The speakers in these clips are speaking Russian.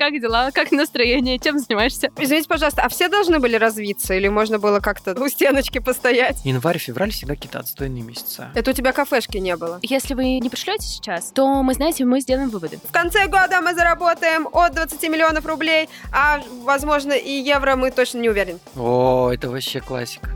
как дела, как настроение, чем занимаешься? Извините, пожалуйста, а все должны были развиться или можно было как-то у стеночки постоять? Январь-февраль всегда какие-то отстойные месяца. Это у тебя кафешки не было? Если вы не пришлете сейчас, то мы, знаете, мы сделаем выводы. В конце года мы заработаем от 20 миллионов рублей, а, возможно, и евро, мы точно не уверены. О, это вообще классика.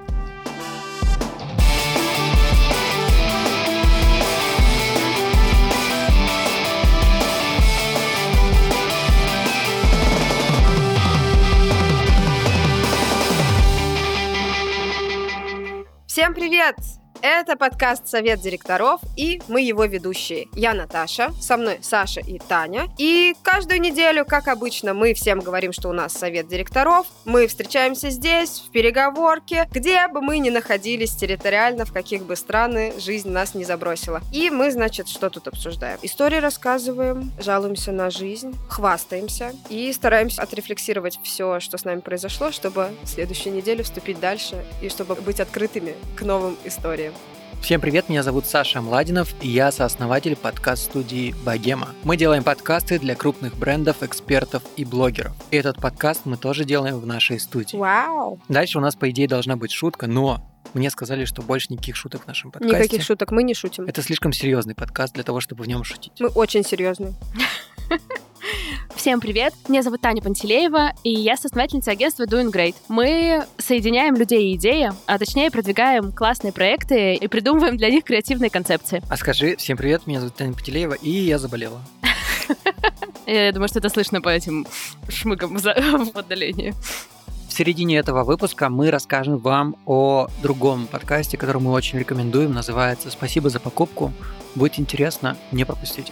Всем привет! Это подкаст «Совет директоров», и мы его ведущие. Я Наташа, со мной Саша и Таня. И каждую неделю, как обычно, мы всем говорим, что у нас совет директоров. Мы встречаемся здесь, в переговорке, где бы мы ни находились территориально, в каких бы страны жизнь нас не забросила. И мы, значит, что тут обсуждаем? Истории рассказываем, жалуемся на жизнь, хвастаемся и стараемся отрефлексировать все, что с нами произошло, чтобы в следующую неделю вступить дальше и чтобы быть открытыми к новым историям. Всем привет, меня зовут Саша Младинов, и я сооснователь подкаст-студии «Богема». Мы делаем подкасты для крупных брендов, экспертов и блогеров. И этот подкаст мы тоже делаем в нашей студии. Вау! Дальше у нас, по идее, должна быть шутка, но мне сказали, что больше никаких шуток в нашем подкасте. Никаких шуток, мы не шутим. Это слишком серьезный подкаст для того, чтобы в нем шутить. Мы очень серьезные. Всем привет, меня зовут Таня Пантелеева, и я соосновательница агентства Doing Great. Мы соединяем людей и идеи, а точнее продвигаем классные проекты и придумываем для них креативные концепции. А скажи, всем привет, меня зовут Таня Пантелеева, и я заболела. Я думаю, что это слышно по этим шмыгам в отдалении. В середине этого выпуска мы расскажем вам о другом подкасте, который мы очень рекомендуем, называется «Спасибо за покупку». Будет интересно, не пропустите.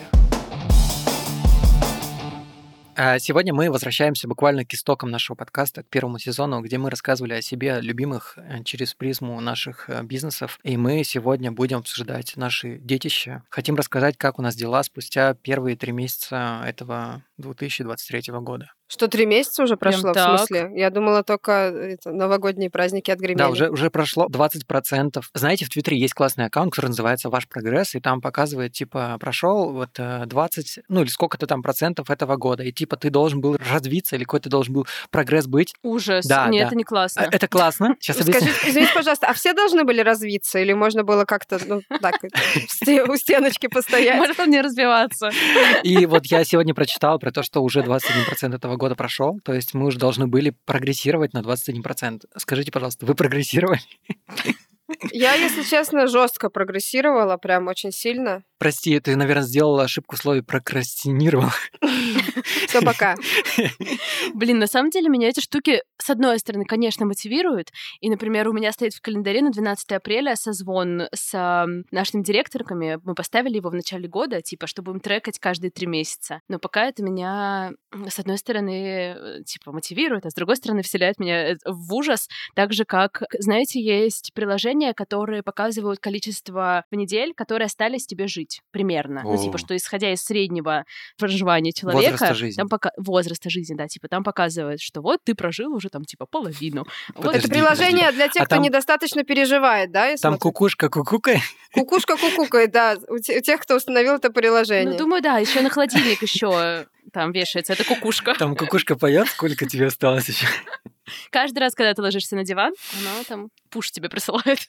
Сегодня мы возвращаемся буквально к истокам нашего подкаста, к первому сезону, где мы рассказывали о себе любимых через призму наших бизнесов. И мы сегодня будем обсуждать наши детища. Хотим рассказать, как у нас дела спустя первые 3 месяца этого 2023 года. Что, 3 месяца уже прошло, Прям в так? смысле? Я думала, только новогодние праздники отгремели. Да, уже прошло 20%. Знаете, в Твиттере есть классный аккаунт, который называется «Ваш прогресс», и там показывает, типа, прошел вот 20, ну или сколько-то там процентов этого года, и типа ты должен был развиться, или какой-то должен был прогресс быть. Ужас. Да, Нет, да. это не классно. Это классно. Сейчас объясню. Скажите, извините, пожалуйста, а все должны были развиться? Или можно было как-то, так, у стеночки постоять? Может он не развиваться. И вот я сегодня прочитал про то, что уже 21% этого года прошел, то есть мы уже должны были прогрессировать на 21%. Скажите, пожалуйста, вы прогрессировали? Я, если честно, жестко прогрессировала, прям очень сильно. Прости, ты, наверное, сделала ошибку в слове «прокрастинировал». Все, пока. Блин, на самом деле меня эти штуки, с одной стороны, конечно, мотивируют. И, например, у меня стоит в календаре на 12 апреля созвон с нашими директорками. Мы поставили его в начале года, типа, чтобы им трекать каждые 3 месяца. Но пока это меня, с одной стороны, типа, мотивирует, а с другой стороны, вселяет меня в ужас. Так же, как, знаете, есть приложения, которые показывают количество недель, которые остались тебе жить примерно. О. Ну, типа, что исходя из среднего проживания человека... Возраста жизни. Там возраста жизни, да, типа, там показывает, что вот ты прожил уже там, типа, половину. Вот. Подожди, Это приложение для тех, А кто там- недостаточно переживает, да? я Там смотрю? кукушка кукукает. Кукушка кукукает, да, у тех, кто установил это приложение. Ну, думаю, да, еще на холодильник еще там вешается, это кукушка. Там кукушка поет, сколько тебе осталось еще. Каждый раз, когда ты ложишься на диван, она там пуш тебе присылает.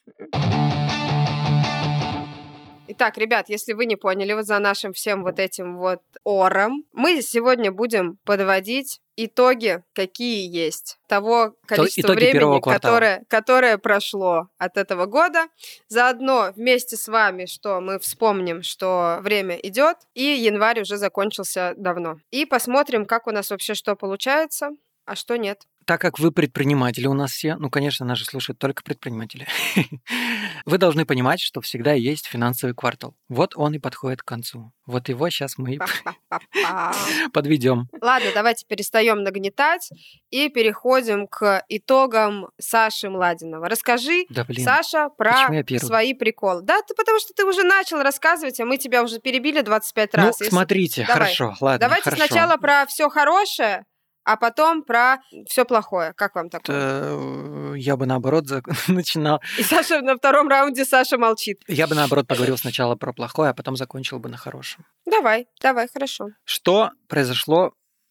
Итак, ребят, если вы не поняли, вот за нашим всем вот этим вот ором, мы сегодня будем подводить итоги, какие есть, того количества итоги первого времени, квартала. которое прошло от этого года. Заодно вместе с вами, что мы вспомним, что время идет, и январь уже закончился давно. И посмотрим, как у нас вообще что получается, а что нет. Так как вы предприниматели у нас все, ну, конечно, нас же слушают только предприниматели, вы должны понимать, что всегда есть финансовый квартал. Вот он и подходит к концу. Вот его сейчас мы Па-па-па-па. подведем. Ладно, давайте перестаем нагнетать и переходим к итогам Саши Младинова. Расскажи, Да, блин. Саша, почему про я первый? свои приколы. Да, потому что ты уже начал рассказывать, а мы тебя уже перебили 25 раз. Ну, Если- смотрите, Давай. хорошо, ладно, Давайте хорошо. сначала про все хорошее, а потом про все плохое. Как вам такое? Я бы наоборот начинал. И Саша на втором раунде Саша молчит. Я бы наоборот поговорил сначала про плохое, а потом закончил бы на хорошем. Давай, хорошо. Что произошло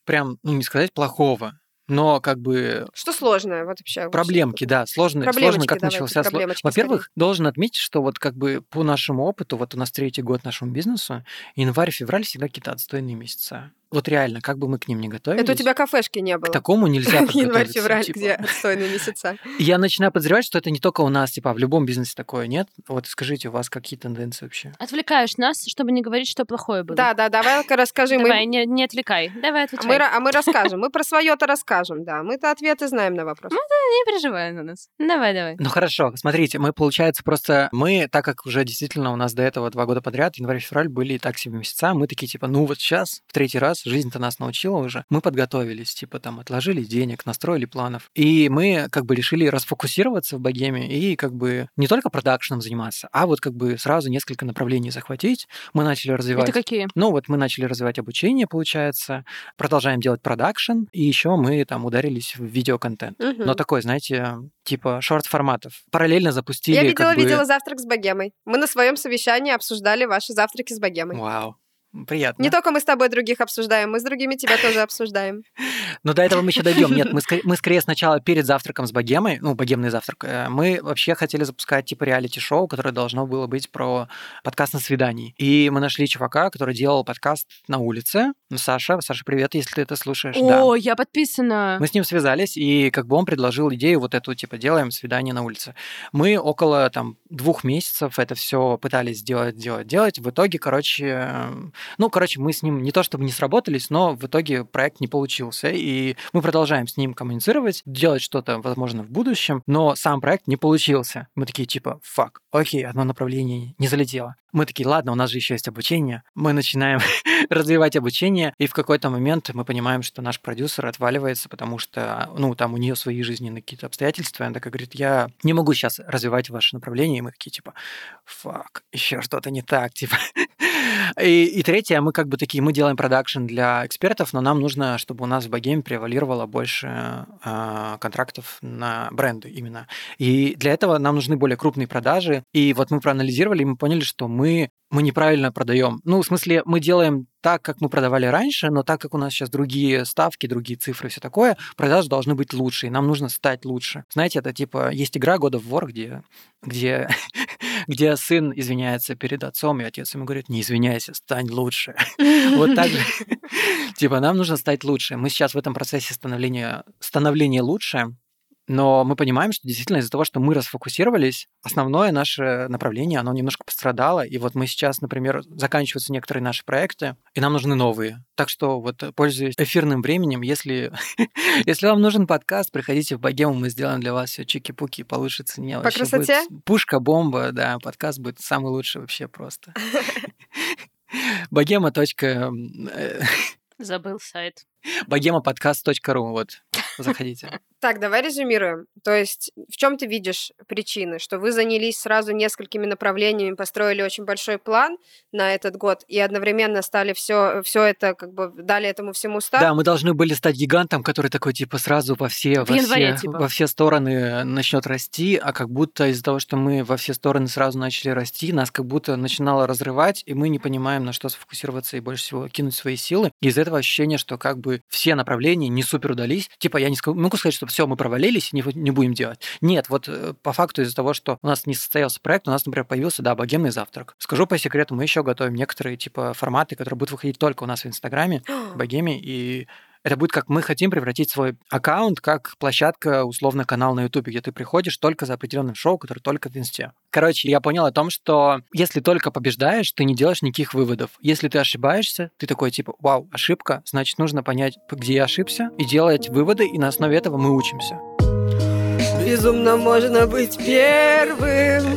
прям, ну, не сказать плохого, но как бы... Что сложное? Вот вообще. Проблемки, да, сложно как начался. Во-первых, должен отметить, что вот как бы по нашему опыту, вот у нас 3-й год нашему бизнесу, январь-февраль всегда какие-то отстойные месяца. Вот реально, как бы мы к ним не готовились. Это у тебя кафешки не было? К такому нельзя подготовиться. Январь-февраль, где отстойные месяца. Я начинаю подозревать, что это не только у нас, типа, в любом бизнесе такое, нет? Вот скажите, у вас какие тенденции вообще? Отвлекаешь нас, чтобы не говорить, что плохое было. Да, давай-ка расскажи. Давай, не отвлекай. Давай отвечай. А мы расскажем. Мы про свое-то расскажем, да. Мы-то ответы знаем на вопрос. Не переживай на нас. Давай. Ну хорошо, смотрите, мы, получается, просто мы, так как уже действительно у нас до этого 2 года подряд, январь-февраль были и так себе месяца, мы такие, типа, ну вот сейчас, в 3-й раз, жизнь-то нас научила уже, мы подготовились, типа, там, отложили денег, настроили планов, и мы, как бы, решили расфокусироваться в богеме и, как бы, не только продакшеном заниматься, а вот, как бы, сразу несколько направлений захватить. Мы начали развивать... Это какие? Ну, вот мы начали развивать обучение, получается, продолжаем делать продакшн, и еще мы, там, ударились в видеоконтент. Но такой, знаете, типа шорт-форматов. Параллельно запустили... Я видела завтрак с богемой. Мы на своем совещании обсуждали ваши завтраки с богемой. Вау. Приятно. Не только мы с тобой других обсуждаем, мы с другими тебя тоже обсуждаем. Но до этого мы еще дойдем. Нет, мы скорее сначала перед завтраком с богемой, ну, богемный завтрак, мы вообще хотели запускать типа реалити-шоу, которое должно было быть про подкаст на свидании. И мы нашли чувака, который делал подкаст на улице. Саша, привет, если ты это слушаешь. О, я подписана. Мы с ним связались, и как бы он предложил идею вот эту, типа, делаем свидание на улице. Мы около, там, 2 месяцев это все пытались делать. В итоге, мы с ним не то чтобы не сработались, но в итоге проект не получился. И мы продолжаем с ним коммуницировать, делать что-то, возможно, в будущем, но сам проект не получился. Мы такие, типа, окей, одно направление не залетело. Мы такие, ладно, у нас же еще есть обучение. Мы начинаем развивать обучение, и в какой-то момент мы понимаем, что наш продюсер отваливается, потому что, ну, там у нее свои жизненные какие-то обстоятельства, и она такая говорит, я не могу сейчас развивать ваше направление, и мы такие, типа, еще что-то не так, типа. И третье, мы как бы такие, мы делаем продакшн для экспертов, но нам нужно, чтобы у нас в богеме превалировало больше контрактов на бренды именно. И для этого нам нужны более крупные продажи. И вот мы проанализировали, и мы поняли, что мы неправильно продаем. Ну, в смысле, мы делаем так, как мы продавали раньше, но так как у нас сейчас другие ставки, другие цифры, все такое, продажи должны быть лучше, и нам нужно стать лучше. Знаете, это типа, есть игра God of War, где сын извиняется перед отцом, и отец ему говорит, не извиняйся, стань лучше. Вот так же. Типа, нам нужно стать лучше. Мы сейчас в этом процессе становления лучше, но мы понимаем, что действительно из-за того, что мы расфокусировались, основное наше направление, оно немножко пострадало. И вот мы сейчас, например, заканчиваются некоторые наши проекты, и нам нужны новые. Так что вот, пользуясь эфирным временем, если вам нужен подкаст, приходите в богему, мы сделаем для вас все чики-пуки по лучшей цене. По красоте? Пушка-бомба, да, подкаст будет самый лучший вообще просто. Богема. Забыл сайт. Богемаподкаст.ру, вот, заходите. Так, давай резюмируем. То есть в чем ты видишь причины, что вы занялись сразу несколькими направлениями, построили очень большой план на этот год и одновременно стали все это, как бы, дали этому всему старт? Да, мы должны были стать гигантом, который такой, типа, сразу во все стороны начнет расти, а как будто из-за того, что мы во все стороны сразу начали расти, нас как будто начинало разрывать, и мы не понимаем, на что сфокусироваться и больше всего кинуть свои силы. И из-за этого ощущение, что как бы все направления не супер удались. Типа, я не могу сказать, что все, мы провалились, не будем делать. Нет, вот по факту из-за того, что у нас не состоялся проект, у нас, например, появился, богемный завтрак. Скажу по секрету, мы еще готовим некоторые типа форматы, которые будут выходить только у нас в Инстаграме, в богеме, и это будет как мы хотим превратить свой аккаунт как площадка, условно, канал на Ютубе, где ты приходишь только за определенным шоу, которое только в Инсте. Короче, я понял о том, что если только побеждаешь, ты не делаешь никаких выводов. Если ты ошибаешься, ты такой типа, вау, ошибка, значит, нужно понять, где я ошибся, и делать выводы, и на основе этого мы учимся. Безумно можно быть первым.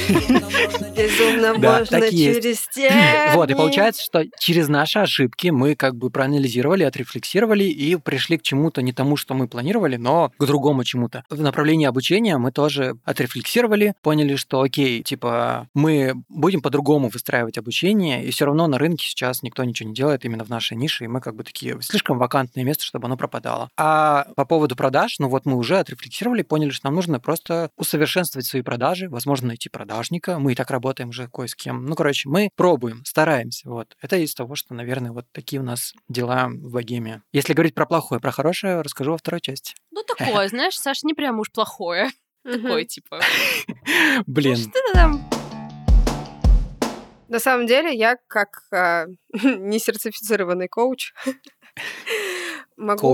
Безумно можно через тернии. Вот, и получается, что через наши ошибки мы как бы проанализировали, отрефлексировали и пришли к чему-то не тому, что мы планировали, но к другому чему-то. В направлении обучения мы тоже отрефлексировали, поняли, что окей, типа мы будем по-другому выстраивать обучение, и все равно на рынке сейчас никто ничего не делает именно в нашей нише, и мы как бы такие слишком вакантное место, чтобы оно пропадало. А по поводу продаж, ну вот мы уже отрефлексировали, поняли, поняли, что нам нужно просто усовершенствовать свои продажи, возможно, найти продажника. Мы и так работаем уже кое с кем. Ну, короче, мы пробуем, стараемся. Вот. Это из того, что, наверное, вот такие у нас дела в богеме. Если говорить про плохое, про хорошее, расскажу во второй части. Ну, такое, знаешь, Саша, не прям уж плохое. Такое, типа... Блин. Что ты там... На самом деле, я как несертифицированный коуч могу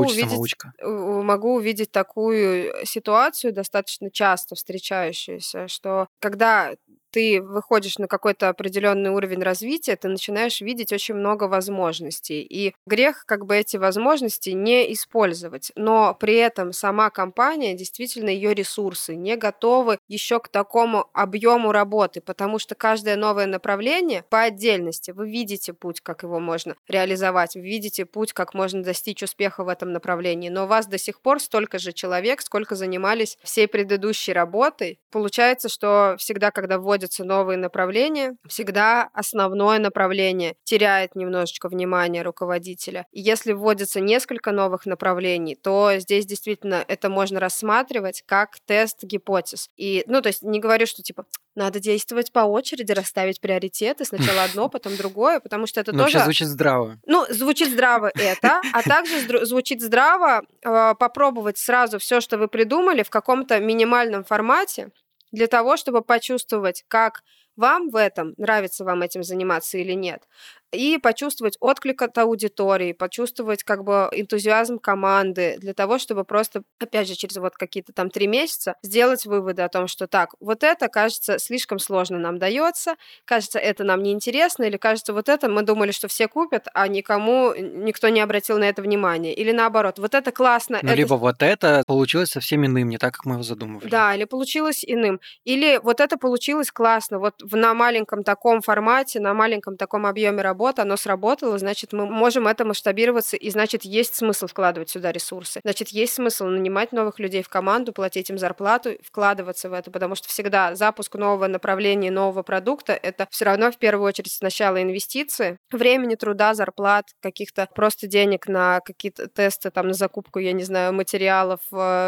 увидеть такую ситуацию, достаточно часто встречающуюся, что когда ты выходишь на какой-то определенный уровень развития, ты начинаешь видеть очень много возможностей. И грех как бы эти возможности не использовать. Но при этом сама компания, действительно, ее ресурсы не готовы еще к такому объему работы, потому что каждое новое направление по отдельности, вы видите путь, как его можно реализовать, вы видите путь, как можно достичь успеха в этом направлении, но у вас до сих пор столько же человек, сколько занимались всей предыдущей работой. Получается, что всегда, когда вводятся новые направления, всегда основное направление теряет немножечко внимание руководителя. И если вводится несколько новых направлений, то здесь действительно это можно рассматривать как тест гипотез. И, ну, то есть не говорю, что типа надо действовать по очереди, расставить приоритеты, сначала одно, потом другое, потому что это тоже... Вообще звучит здраво. Ну, звучит здраво это, а также звучит здраво попробовать сразу все, что вы придумали, в каком-то минимальном формате, для того, чтобы почувствовать, как вам в этом, нравится вам этим заниматься или нет, и почувствовать отклик от аудитории, почувствовать как бы энтузиазм команды для того, чтобы просто, опять же, через вот какие-то там 3 месяца сделать выводы о том, что так, вот это, кажется, слишком сложно нам дается, кажется, это нам неинтересно, или кажется, вот это мы думали, что все купят, а никто не обратил на это внимания. Или наоборот, вот это классно. Ну, либо вот это получилось совсем иным, не так, как мы его задумывали. Да, или получилось иным. Или вот это получилось классно, вот на маленьком таком формате, на маленьком таком объеме работы оно сработало, значит, мы можем это масштабироваться, и, значит, есть смысл вкладывать сюда ресурсы. Значит, есть смысл нанимать новых людей в команду, платить им зарплату, вкладываться в это, потому что всегда запуск нового направления, нового продукта — это все равно в первую очередь сначала инвестиции, времени, труда, зарплат, каких-то просто денег на какие-то тесты, там, на закупку, я не знаю, материалов,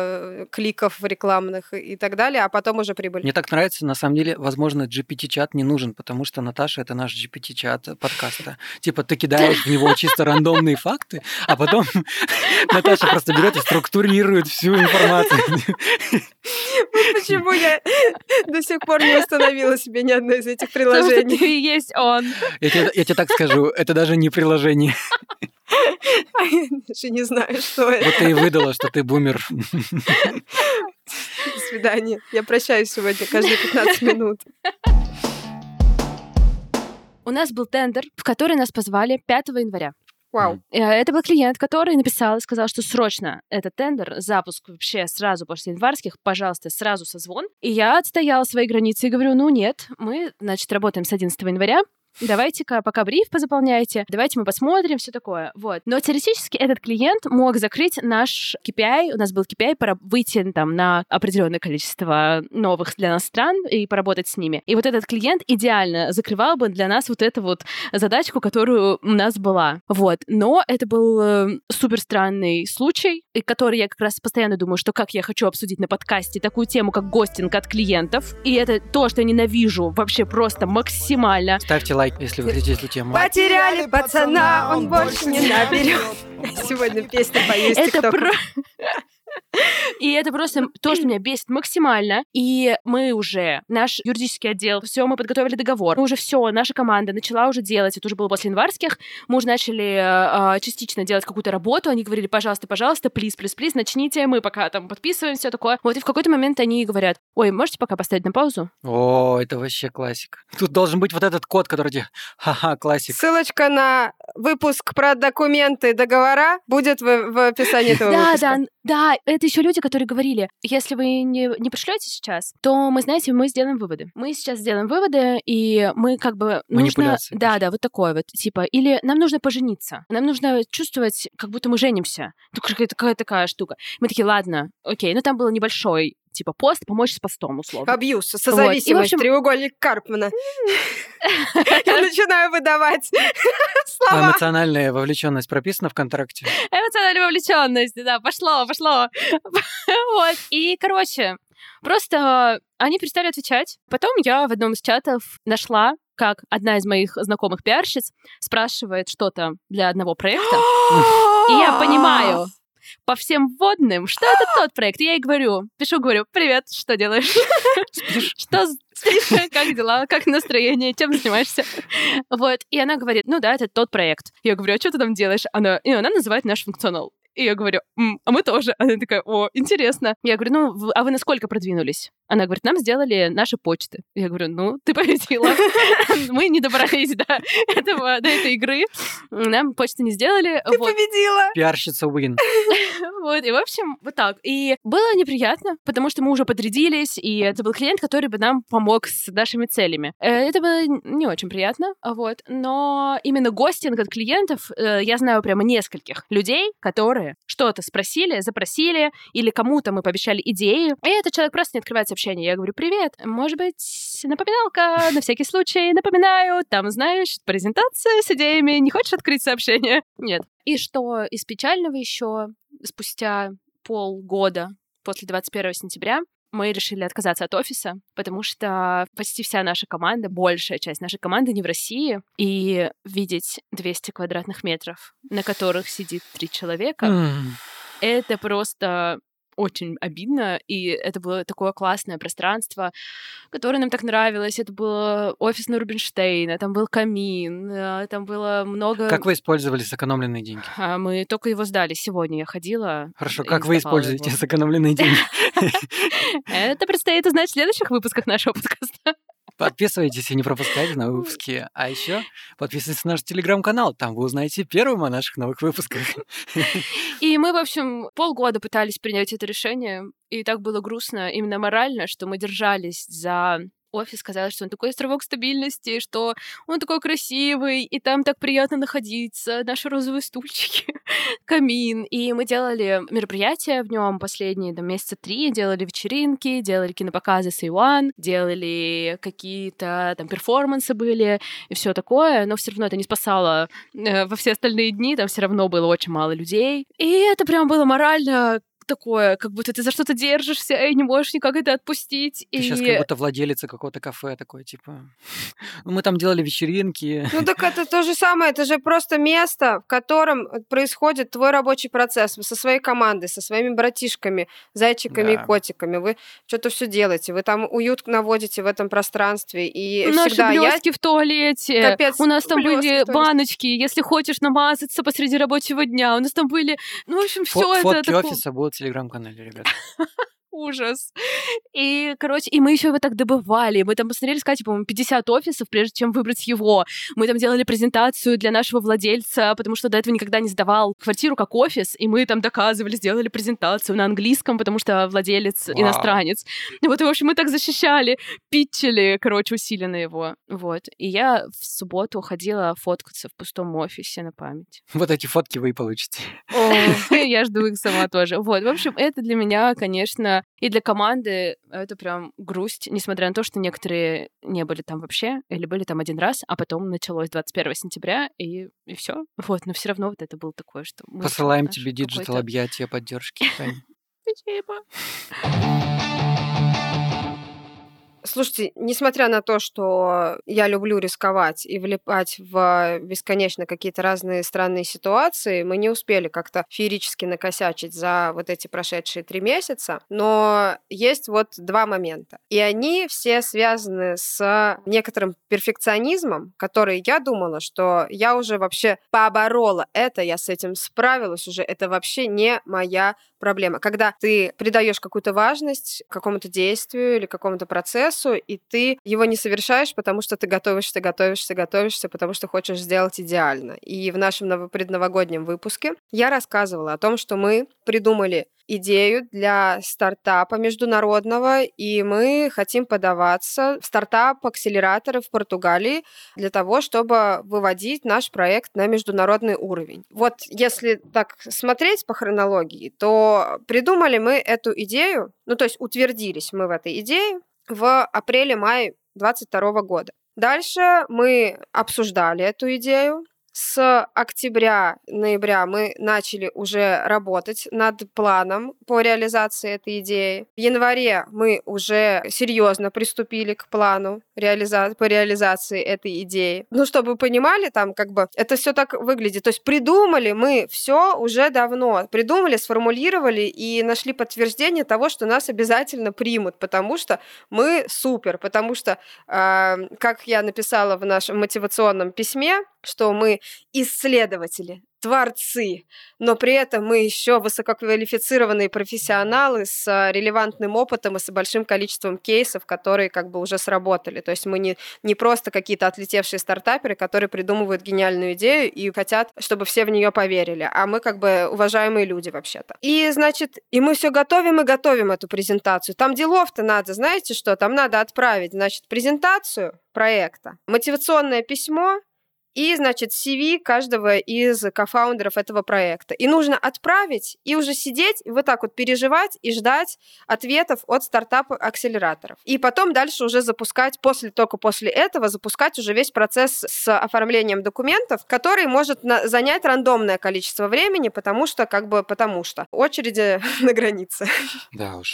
кликов рекламных и так далее, а потом уже прибыль. Мне так нравится, на самом деле, возможно, GPT-чат не нужен, потому что Наташа — это наш GPT-чат подкаста. Типа ты кидаешь в него чисто рандомные факты, а потом Наташа просто берет и структурирует всю информацию. Почему я до сих пор не установила себе ни одно из этих приложений? Потому что ты и есть он. Я тебе так скажу, это даже не приложение. А я даже не знаю, что это. Вот ты и выдала, что ты бумер. До свидания. Я прощаюсь сегодня каждые 15 минут. У нас был тендер, в который нас позвали 5 января. Вау. Это был клиент, который написал и сказал, что срочно этот тендер, запуск вообще сразу после январских, пожалуйста, сразу созвон. И я отстояла свои границы и говорю, ну нет, мы, значит, работаем с 11 января, давайте-ка пока бриф позаполняйте, давайте мы посмотрим, все такое. Вот. Но теоретически этот клиент мог закрыть наш KPI, у нас был KPI, выйти там на определенное количество новых для нас стран и поработать с ними. И вот этот клиент идеально закрывал бы для нас вот эту вот задачку, которую у нас была. Вот. Но это был супер странный случай, и который я как раз постоянно думаю, что как я хочу обсудить на подкасте такую тему, как гостинг от клиентов. И это то, что я ненавижу вообще просто максимально. Ставьте лайк, если вы хотите эту тему. Потеряли пацана, он больше не наберет. Сегодня песня поесть. Это И это просто то, что меня бесит максимально. И мы уже, наш юридический отдел, все, мы подготовили договор. Мы уже все, наша команда начала уже делать, это уже было после январских, мы уже начали частично делать какую-то работу. Они говорили, пожалуйста, плиз, начните, мы пока там подписываем, все такое. Вот, и в какой-то момент они говорят, ой, можете пока поставить на паузу? О, это вообще классик. Тут должен быть вот этот код, который... Ха-ха, классик. Ссылочка на выпуск про документы, договора будет в описании этого выпуска. Да, это еще люди, которые говорили, если вы не пришлете сейчас, то мы, знаете, мы сделаем выводы. Мы сейчас сделаем выводы, и мы как бы нужно... Да, вот такое вот, типа, или нам нужно пожениться, нам нужно чувствовать, как будто мы женимся. Какая-то такая штука. Мы такие, ладно, окей, ну там был небольшой типа пост, помочь с постом, условно. Абьюз, созависимость, треугольник Карпмана. Я начинаю выдавать слова. Эмоциональная вовлеченность прописана в контракте? Эмоциональная вовлеченность, да, пошло. Вот. И, короче, просто они перестали отвечать. Потом я в одном из чатов нашла, как одна из моих знакомых пиарщиц спрашивает что-то для одного проекта. И я понимаю по всем вводным, что это тот проект. Я ей говорю, говорю, привет, что делаешь? Что спишь? Как дела? Как настроение? Чем занимаешься? Вот. И она говорит, ну да, это тот проект. Я говорю, а что ты там делаешь? Она называет наш функционал. И я говорю, а мы тоже. Она такая, о, интересно. Я говорю, ну, а вы насколько продвинулись? Она говорит, нам сделали наши почты. Я говорю, ну, ты победила. Мы не добрались до этой игры. Нам почты не сделали. Ты победила! Пиарщица win. Вот, и, в общем, вот так. И было неприятно, потому что мы уже подрядились, и это был клиент, который бы нам помог с нашими целями. Это было не очень приятно, вот. Но именно гостинг от клиентов я знаю прямо нескольких людей, которые что-то спросили, запросили, или кому-то мы пообещали идеи, и этот человек просто не открывает сообщение. Я говорю, привет, может быть, напоминалка, на всякий случай, напоминаю, там, знаешь, презентация с идеями, не хочешь открыть сообщение? Нет. И что из печального еще, спустя полгода после 21 сентября, мы решили отказаться от офиса, потому что почти вся наша команда, большая часть нашей команды не в России, и видеть 200 квадратных метров, на которых сидит 3 человека, это просто очень обидно, и это было такое классное пространство, которое нам так нравилось. Это был офис на Рубинштейна, там был камин, там было много... Как вы использовали сэкономленные деньги? Мы только его сдали. Сегодня я ходила. Хорошо, как вы используете сэкономленные деньги? Это предстоит узнать в следующих выпусках нашего подкаста. Подписывайтесь и не пропускайте новые выпуски. А еще подписывайтесь на наш телеграм-канал. Там вы узнаете первым о наших новых выпусках. И мы, в общем, полгода пытались принять это решение. И так было грустно именно морально, что мы держались за офис, казалось, что он такой островок стабильности, что он такой красивый, и там так приятно находиться, наши розовые стульчики, камин. И мы делали мероприятия в нем последние месяца 3, делали вечеринки, делали кинопоказы с Иван, делали какие-то там перформансы были и все такое, но все равно это не спасало во все остальные дни, там все равно было очень мало людей. И это прям было морально такое, как будто ты за что-то держишься и не можешь никак это отпустить. Ты сейчас как будто владелица какого-то кафе такой, типа... Мы там делали вечеринки. Ну так это то же самое, это же просто место, в котором происходит твой рабочий процесс. Вы со своей командой, со своими братишками, зайчиками и котиками. Вы что-то все делаете, вы там уют наводите в этом пространстве. И наши всегда блестки в туалете. Капец, у нас там были баночки, если хочешь намазаться посреди рабочего дня. У нас там были... Ну, в общем, все это... Фотки офиса будут в телеграм-канале, ребят. Ужас. И, короче, и мы еще его так добывали. Мы там посмотрели, сказать, по-моему, 50 офисов, прежде чем выбрать его. Мы там делали презентацию для нашего владельца, потому что до этого никогда не сдавал квартиру как офис, и мы там доказывали, сделали презентацию на английском, потому что владелец иностранец. Вот, и, в общем, мы так защищали, питчили, короче, усиленно его. Вот. И я в субботу ходила фоткаться в пустом офисе на память. Вот эти фотки вы и получите. Я жду их сама тоже. Вот, в общем, это для меня, конечно, и для команды это прям грусть, несмотря на то, что некоторые не были там вообще, или были там один раз, а потом началось 21 сентября, и все. Вот, но все равно вот это было такое, что... Посылаем тебе диджитал-объятия поддержки, Таня. Спасибо. Слушайте, несмотря на то, что я люблю рисковать и влипать в бесконечно какие-то разные странные ситуации, мы не успели как-то феерически накосячить за вот эти прошедшие 3 месяца, но есть вот 2 момента. И они все связаны с некоторым перфекционизмом, который я думала, что я уже вообще поборола это, я с этим справилась уже, это вообще не моя проблема. Когда ты придаешь какую-то важность какому-то действию или какому-то процессу, процессу, и ты его не совершаешь, потому что ты готовишься, потому что хочешь сделать идеально. И в нашем предновогоднем выпуске я рассказывала о том, что мы придумали идею для стартапа международного, и мы хотим подаваться в стартап-акселераторы в Португалии для того, чтобы выводить наш проект на международный уровень. Вот если так смотреть по хронологии, то придумали мы эту идею, то есть утвердились мы в этой идее в апреле-мае 2022 года. Дальше мы обсуждали эту идею. С октября-ноября мы начали уже работать над планом по реализации этой идеи. В январе мы уже серьезно приступили к плану по реализации этой идеи. Чтобы вы понимали, там это все так выглядит. То есть придумали мы все уже давно. Придумали, сформулировали и нашли подтверждение того, что нас обязательно примут, потому что мы супер, потому что, как я написала в нашем мотивационном письме, что мы исследователи, творцы, но при этом мы еще высококвалифицированные профессионалы с релевантным опытом и с большим количеством кейсов, которые уже сработали. То есть мы не просто какие-то отлетевшие стартаперы, которые придумывают гениальную идею и хотят, чтобы все в нее поверили, а мы уважаемые люди вообще-то. И, и мы все готовим эту презентацию. Там делов-то надо, знаете что? Там надо отправить, презентацию проекта, мотивационное письмо, и, CV каждого из кофаундеров этого проекта. И нужно отправить, и уже сидеть, и вот так вот переживать и ждать ответов от стартап-акселераторов. И потом дальше уже только после этого запускать уже весь процесс с оформлением документов, который может занять рандомное количество времени, потому что очереди на границе. Да уж.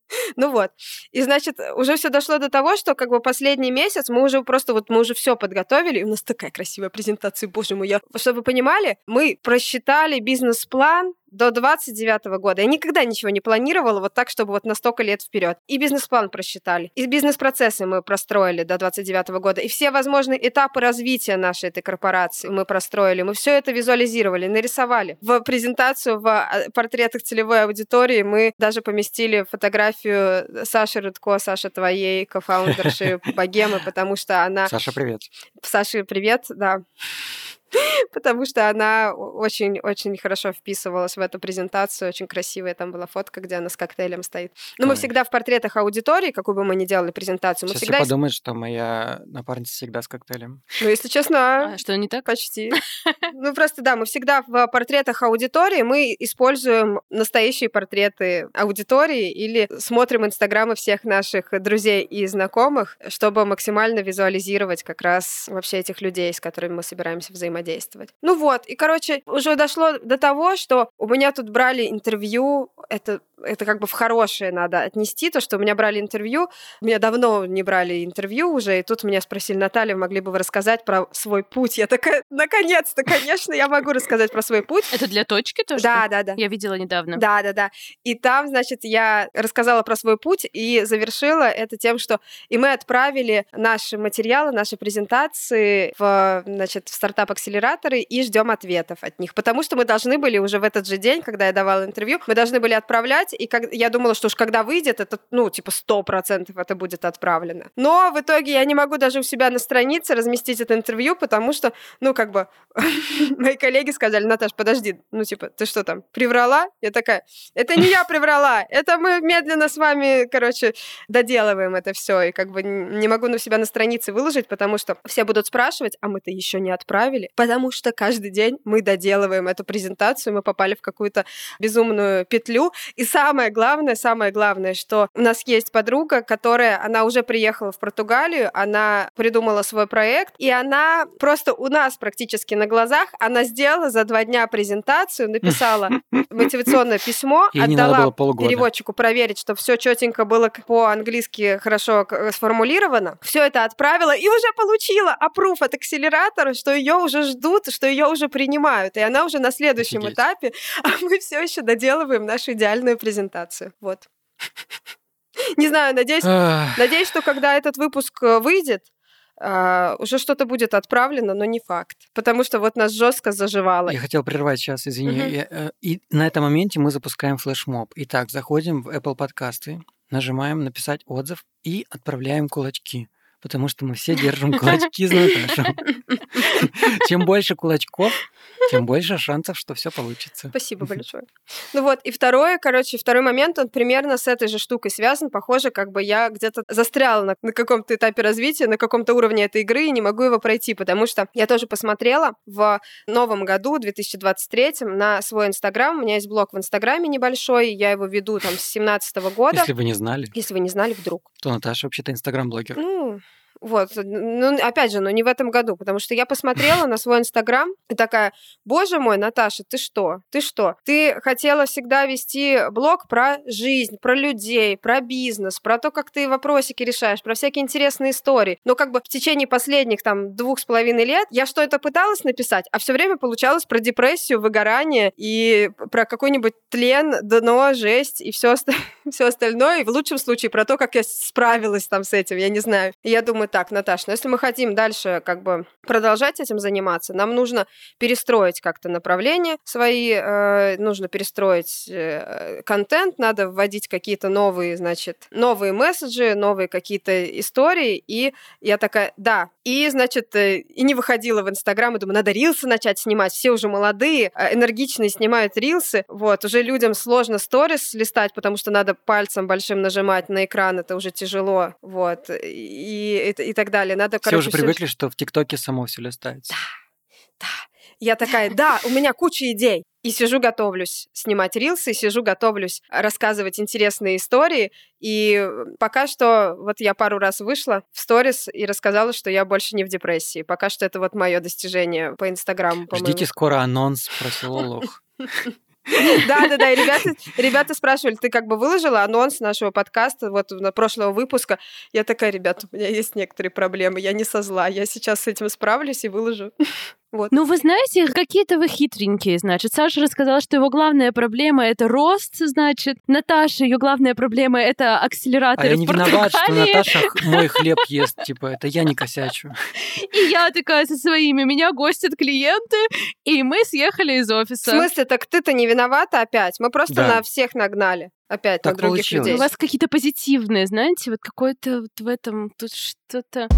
И, уже все дошло до того, что последний месяц мы уже все подготовили, и у нас такая красивая презентация, боже мой. Чтобы вы понимали, мы просчитали бизнес-план до 29 года. Я никогда ничего не планировала вот так, чтобы на столько лет вперед. И бизнес-план просчитали, и бизнес-процессы мы простроили до 29 года, и все возможные этапы развития нашей этой корпорации мы простроили. Мы все это визуализировали, нарисовали. В презентацию в портретах целевой аудитории мы даже поместили фотографию Саши Рудко, Саша, твоей кофаундерши Богемы, потому что она... Саша, привет. Саше привет, да. Потому что она очень-очень хорошо вписывалась в эту презентацию. Очень красивая там была фотка, где она с коктейлем стоит. Мы всегда в портретах аудитории, какую бы мы ни делали презентацию, мы Сейчас всегда... все подумают, что моя напарница всегда с коктейлем. Если честно... Что, не так? Почти. Просто да, мы всегда в портретах аудитории мы используем настоящие портреты аудитории или смотрим инстаграмы всех наших друзей и знакомых, чтобы максимально визуализировать как раз вообще этих людей, с которыми мы собираемся взаимодействовать. И, уже дошло до того, что у меня тут брали интервью, это в хорошее надо отнести, то, что у меня брали интервью, меня давно не брали интервью уже, и тут меня спросили: Наталья, могли бы вы рассказать про свой путь? Я такая: наконец-то, конечно, я могу рассказать про свой путь. Это для точки тоже? Да. Я видела недавно. Да. И там, я рассказала про свой путь и завершила это тем, что и мы отправили наши материалы, наши презентации в стартап-акселераторы и ждем ответов от них, потому что мы должны были уже в этот же день, когда я давала интервью, мы должны были отправлять, и я думала, что уж когда выйдет, это, 100% это будет отправлено. Но в итоге я не могу даже у себя на странице разместить это интервью, потому что, мои коллеги сказали: Наташ, подожди, ты что там, приврала? Я такая: это не я приврала, это мы медленно с вами, доделываем это все, и не могу на себя на странице выложить, потому что все будут спрашивать, а мы-то еще не отправили, потому что каждый день мы доделываем эту презентацию, мы попали в какую-то безумную петлю. И самое главное, что у нас есть подруга, она уже приехала в Португалию, она придумала свой проект, и она просто у нас практически на глазах, она сделала за 2 дня презентацию, написала мотивационное письмо, отдала переводчику проверить, что все четенько было по-английски хорошо сформулировано, все это отправила и уже получила аппрув от акселератора, что ее уже ждут, что ее уже принимают, и она уже на следующем этапе, а мы все еще доделываем нашу идеальную презентацию. Вот. Не знаю, надеюсь, что когда этот выпуск выйдет, уже что-то будет отправлено, но не факт. Потому что нас жестко заживало. Я хотел прервать сейчас, извини. И на этом моменте мы запускаем флешмоб. Итак, заходим в Apple подкасты, нажимаем «Написать отзыв» и отправляем кулачки. Потому что мы все держим кулачки за Наташу. Чем больше кулачков, тем больше шансов, что все получится. Спасибо большое. Ну вот, и второй момент, он примерно с этой же штукой связан. Похоже, как бы я где-то застряла на каком-то этапе развития, на каком-то уровне этой игры и не могу его пройти, потому что я тоже посмотрела в новом году, 2023, на свой Инстаграм. У меня есть блог в Инстаграме небольшой, я его веду там с 17-го года. Если вы не знали. Если вы не знали, вдруг. То Наташа вообще-то Инстаграм-блогер. Вот, опять же, не в этом году, потому что я посмотрела на свой Инстаграм и такая: боже мой, Наташа, ты что? Ты хотела всегда вести блог про жизнь, про людей, про бизнес, про то, как ты вопросики решаешь, про всякие интересные истории. Но как бы в течение последних 2,5 лет я что-то пыталась написать, а все время получалось про депрессию, выгорание и про какой-нибудь тлен, дно, жесть и все остальное. И в лучшем случае про то, как я справилась с этим, я не знаю. И я думаю, так, Наташа, но если мы хотим дальше продолжать этим заниматься, нам нужно перестроить как-то направления свои, нужно перестроить контент, надо вводить какие-то новые месседжи, новые какие-то истории, и я такая, да, и, и не выходила в Инстаграм, и думаю, надо рилсы начать снимать, все уже молодые, энергичные снимают рилсы, вот, уже людям сложно сторис листать, потому что надо пальцем большим нажимать на экран, это уже тяжело, вот, и так далее. Надо, все уже привыкли, что в ТикТоке само все листается. Да. Я такая, да, у меня куча идей. И сижу, готовлюсь снимать рилсы, сижу, готовлюсь рассказывать интересные истории. И пока что я пару раз вышла в сторис и рассказала, что я больше не в депрессии. Пока что это мое достижение по Инстаграму. Ждите скоро анонс про село Лох. Да, и ребята спрашивали, ты выложила анонс нашего подкаста, на прошлого выпуска. Я такая, ребята, у меня есть некоторые проблемы, я не со зла, я сейчас с этим справлюсь и выложу. Вот. Ну, вы знаете, какие-то вы хитренькие, значит. Саша рассказала, что его главная проблема — это рост, значит. Наташа, ее главная проблема — это акселераторы в Португалии. А я не виноват, что Наташа мой хлеб ест, это я не косячу. И я такая со своими, меня гостят клиенты, и мы съехали из офиса. В смысле, так ты-то не виновата опять? Мы просто на всех нагнали. Опять так на других получилось. людей. У вас какие-то позитивные, знаете, какое-то в этом тут что-то...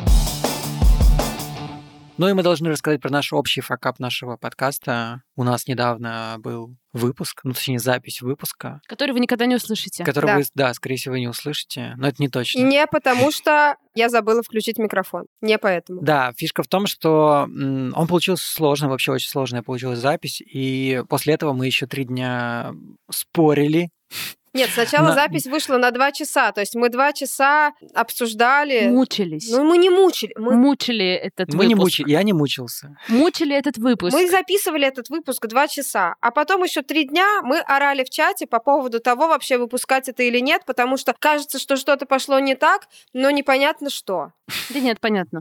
Ну и мы должны рассказать про наш общий факап нашего подкаста. У нас недавно был выпуск, точнее, запись выпуска. Который вы никогда не услышите. Который вы, скорее всего, не услышите, но это не точно. И не потому, что я забыла включить микрофон. Не поэтому. Да, фишка в том, что он получился сложно, вообще очень сложная получилась запись, и после этого мы еще 3 дня спорили. Нет, сначала запись вышла на 2 часа, то есть мы 2 часа обсуждали... Мучились. Ну, мы не мучили. Мы мучили этот выпуск. Мы не мучили, я не мучился. Мучили этот выпуск. Мы записывали этот выпуск 2 часа, а потом еще 3 дня мы орали в чате по поводу того, вообще выпускать это или нет, потому что кажется, что что-то пошло не так, но непонятно что. Да нет, понятно.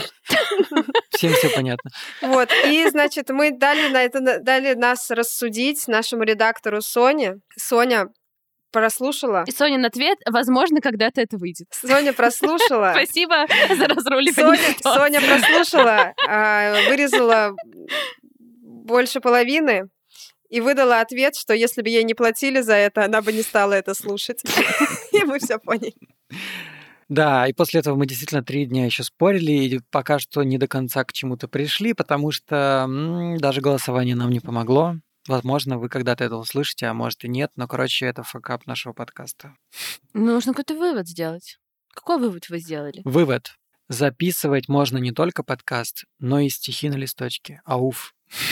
Всем все понятно. Вот, и, значит, мы дали нас рассудить нашему редактору Соне. Соня прослушала. И Сонин ответ, возможно, когда-то это выйдет. Соня прослушала. Спасибо за разруливание ситуации. Соня прослушала, вырезала больше половины и выдала ответ, что если бы ей не платили за это, она бы не стала это слушать. И мы все поняли. Да, и после этого мы действительно 3 дня еще спорили, и пока что не до конца к чему-то пришли, потому что даже голосование нам не помогло. Возможно, вы когда-то это услышите, а может и нет, но, это факап нашего подкаста. Нужно какой-то вывод сделать. Какой вывод вы сделали? Вывод. Записывать можно не только подкаст, но и стихи на листочке. Ауф.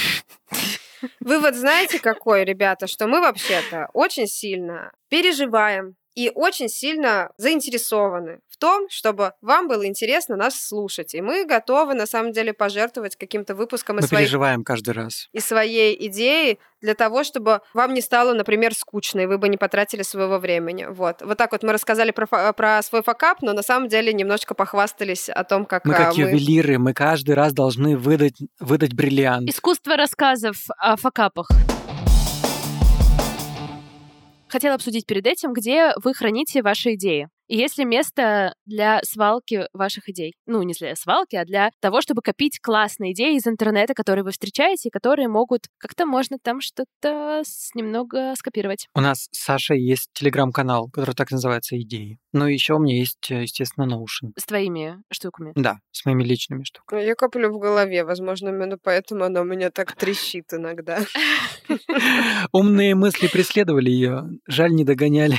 Вывод знаете какой, ребята? Что мы вообще-то очень сильно переживаем и очень сильно заинтересованы в том, чтобы вам было интересно нас слушать. И мы готовы, на самом деле, пожертвовать каким-то выпуском мы переживаем каждый раз. И своей идеей для того, чтобы вам не стало, например, скучно, и вы бы не потратили своего времени. Вот так вот мы рассказали про свой факап, но на самом деле немножечко похвастались о том, как мы... как ювелиры, мы каждый раз должны выдать бриллиант. Искусство рассказов о факапах. Хотела обсудить перед этим, где вы храните ваши идеи. И есть ли место для свалки ваших идей? Ну, не для свалки, а для того, чтобы копить классные идеи из интернета, которые вы встречаете, и которые могут как-то можно там что-то немного скопировать. У нас с Сашей есть телеграм-канал, который так называется «Идеи». Ну и еще у меня есть, естественно, Notion. С твоими штуками. Да, с моими личными штуками. Я коплю в голове, возможно, именно поэтому оно у меня так трещит иногда. Умные мысли преследовали ее, жаль, не догоняли.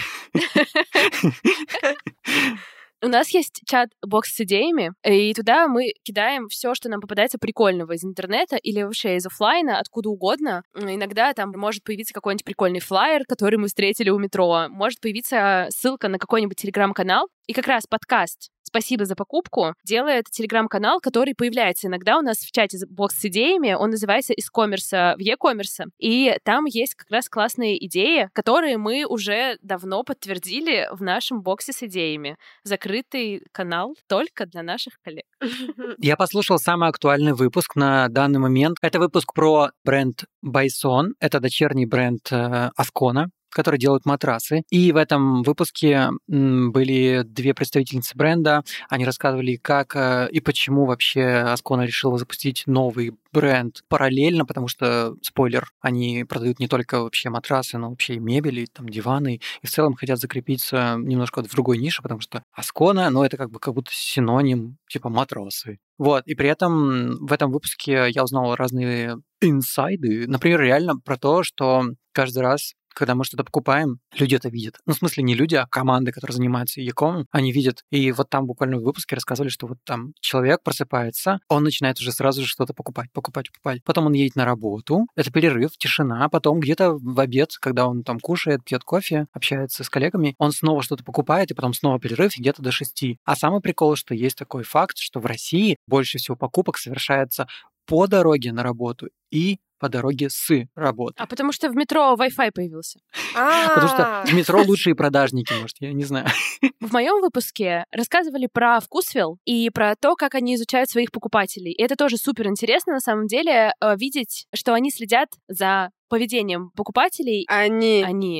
У нас есть чат-бокс с идеями, и туда мы кидаем все, что нам попадается прикольного из интернета или вообще из офлайна, откуда угодно. Иногда там может появиться какой-нибудь прикольный флаер, который мы встретили у метро, может появиться ссылка на какой-нибудь телеграм-канал, и как раз подкаст «Спасибо за покупку» делает телеграм-канал, который появляется иногда у нас в чате бокс с идеями. Он называется «Из коммерса в e-коммерса». И там есть как раз классные идеи, которые мы уже давно подтвердили в нашем боксе с идеями. Закрытый канал только для наших коллег. Я послушал самый актуальный выпуск на данный момент. Это выпуск про бренд Bison. Это дочерний бренд Ascona, которые делают матрасы. И в этом выпуске были две представительницы бренда. Они рассказывали, как и почему вообще Ascona решила запустить новый бренд параллельно, потому что, спойлер, они продают не только вообще матрасы, но вообще и мебель, и там диваны, и в целом хотят закрепиться немножко в другой нише, потому что Ascona, ну, это как будто синоним типа матрасы. Вот, и при этом в этом выпуске я узнал разные инсайды, например, реально про то, что каждый раз, когда мы что-то покупаем, люди это видят. Ну, в смысле, не люди, а команды, которые занимаются e-com, они видят. И вот там буквально в выпуске рассказывали, что вот там человек просыпается, он начинает уже сразу же что-то покупать. Потом он едет на работу, это перерыв, тишина, потом где-то в обед, когда он там кушает, пьет кофе, общается с коллегами, он снова что-то покупает, и потом снова перерыв, и где-то до 6. А самый прикол, что есть такой факт, что в России больше всего покупок совершается по дороге на работу и по дороге с работы. А потому что в метро Wi-Fi появился. Потому что в метро лучшие продажники, может, я не знаю. В моем выпуске рассказывали про Вкусвилл и про то, как они изучают своих покупателей. И это тоже супер интересно, на самом деле, видеть, что они следят за поведением покупателей. Они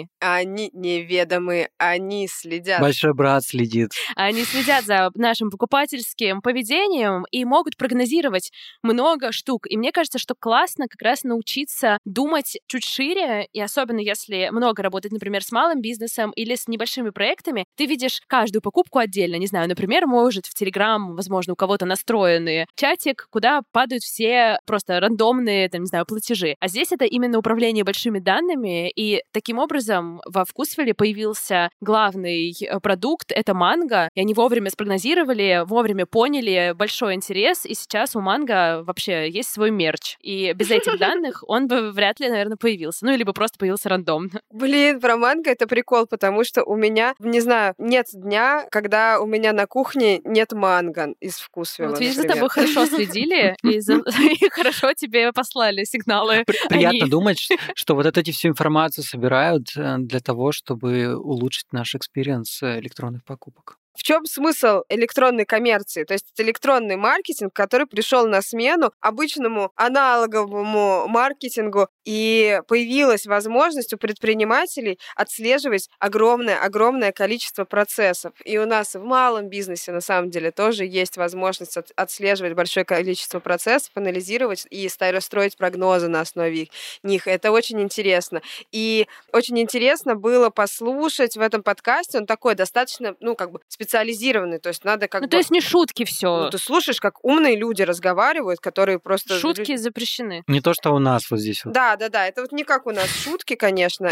неведомые, они следят. Большой брат следит. Они следят за нашим покупательским поведением и могут прогнозировать много штук. И мне кажется, что классно как раз научиться думать чуть шире, и особенно если много работать, например, с малым бизнесом или с небольшими проектами, ты видишь каждую покупку отдельно. Не знаю, например, может в Telegram, возможно, у кого-то настроенный чатик, куда падают все просто рандомные, там, не знаю, платежи. А здесь это именно управление большими данными, и таким образом во Вкусвилле появился главный продукт — это манго, и они вовремя спрогнозировали, вовремя поняли большой интерес, и сейчас у манго вообще есть свой мерч. И без этих данных он бы вряд ли, наверное, появился. Ну, или бы просто появился рандомно. Блин, про манго это прикол, потому что у меня, не знаю, нет дня, когда у меня на кухне нет манго из Вкусвилла. Вот видишь, за тобой хорошо следили, и хорошо тебе послали сигналы. Приятно думать, что вот эти всю информацию собирают для того, чтобы улучшить наш экспириенс электронных покупок. В чем смысл электронной коммерции? То есть это электронный маркетинг, который пришел на смену обычному аналоговому маркетингу, и появилась возможность у предпринимателей отслеживать огромное количество процессов. И у нас в малом бизнесе на самом деле тоже есть возможность отслеживать большое количество процессов, анализировать и строить прогнозы на основе них. Это очень интересно. И очень интересно было послушать в этом подкасте. Он такой достаточно, специализированный, то есть надо то есть не шутки все. Ты слушаешь, как умные люди разговаривают, которые просто... Шутки запрещены. Не то, что у нас вот здесь вот. Да, это вот не как у нас шутки, конечно,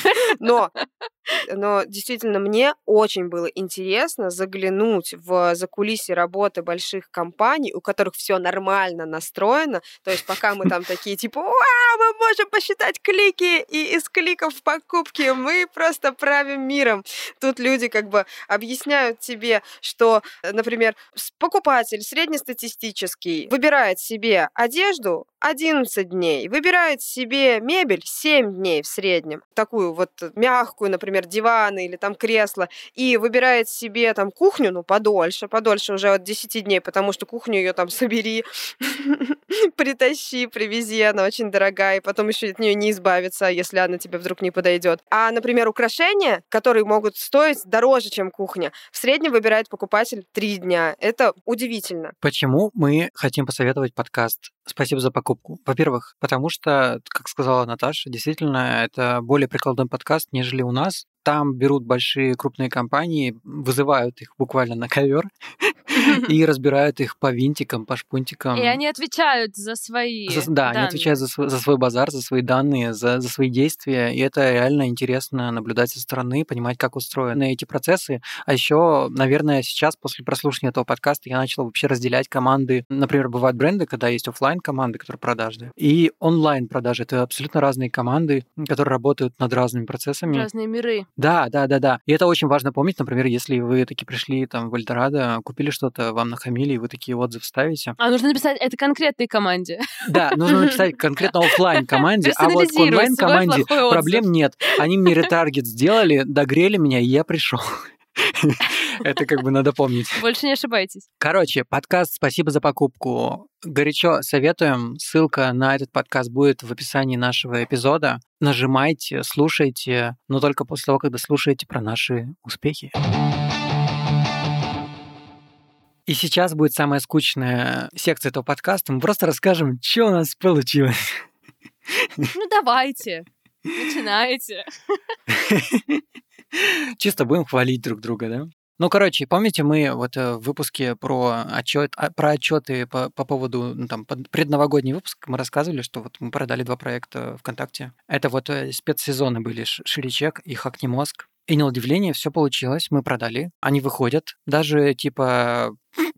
но действительно мне очень было интересно заглянуть в закулисье работы больших компаний, у которых все нормально настроено, то есть пока мы там такие типа «Вау, мы можем посчитать клики, и из кликов в покупки мы просто правим миром». Тут люди как бы объясняют тебе, что, например, покупатель среднестатистический выбирает себе одежду 11 дней, выбирает себе мебель 7 дней в среднем, такую вот мягкую, например, диваны или там кресла, и выбирает себе там кухню, ну, подольше уже от 10 дней, потому что кухню ее там собери, притащи, привези, она очень дорогая, и потом еще от нее не избавиться, если она тебе вдруг не подойдет. А, например, украшения, которые могут стоить дороже, чем кухня, в среднем выбирает покупатель 3 дня. Это удивительно. Почему мы хотим посоветовать подкаст «Спасибо за покупку»? Во-первых, потому что, как сказала Наташа, действительно, это более прикладной подкаст, нежели у нас. Там берут большие крупные компании, вызывают их буквально на ковер и разбирают их по винтикам, по шпунтикам. И они отвечают за свои Да, они данные. отвечают за свой базар, за свои данные, за свои действия. И это реально интересно наблюдать со стороны, понимать, как устроены эти процессы. А еще, наверное, сейчас, после прослушивания этого подкаста, я начал вообще разделять команды. Например, бывают бренды, когда есть офлайн команды, которые продажные, и онлайн продажи. Это абсолютно разные команды, которые работают над разными процессами. Разные миры. Да. И это очень важно помнить. Например, если вы таки пришли там в Эльдорадо, купили что-то, вам нахамили, и вы такие отзывы ставите. А нужно написать это конкретной команде. Да, нужно написать конкретно офлайн команде, а вот к онлайн команде проблем нет. Они мне ретаргет сделали, догрели меня, и я пришел. Это как бы надо помнить. Больше не ошибайтесь. Короче, подкаст «Спасибо за покупку». Горячо советуем. Ссылка на этот подкаст будет в описании нашего эпизода. Нажимайте, слушайте, но только после того, когда слушаете про наши успехи. И сейчас будет самая скучная секция этого подкаста. Мы просто расскажем, что у нас получилось. Ну, давайте. Начинайте. Чисто будем хвалить друг друга, да? Ну, короче, помните, мы вот в выпуске про отчеты по поводу, ну, там, предновогодний выпуск, мы рассказывали, что вот мы продали 2 проекта ВКонтакте. Это вот спецсезоны были «Ширичек» и «Хакни мозг». И на удивление все получилось, мы продали, они выходят. Даже, типа,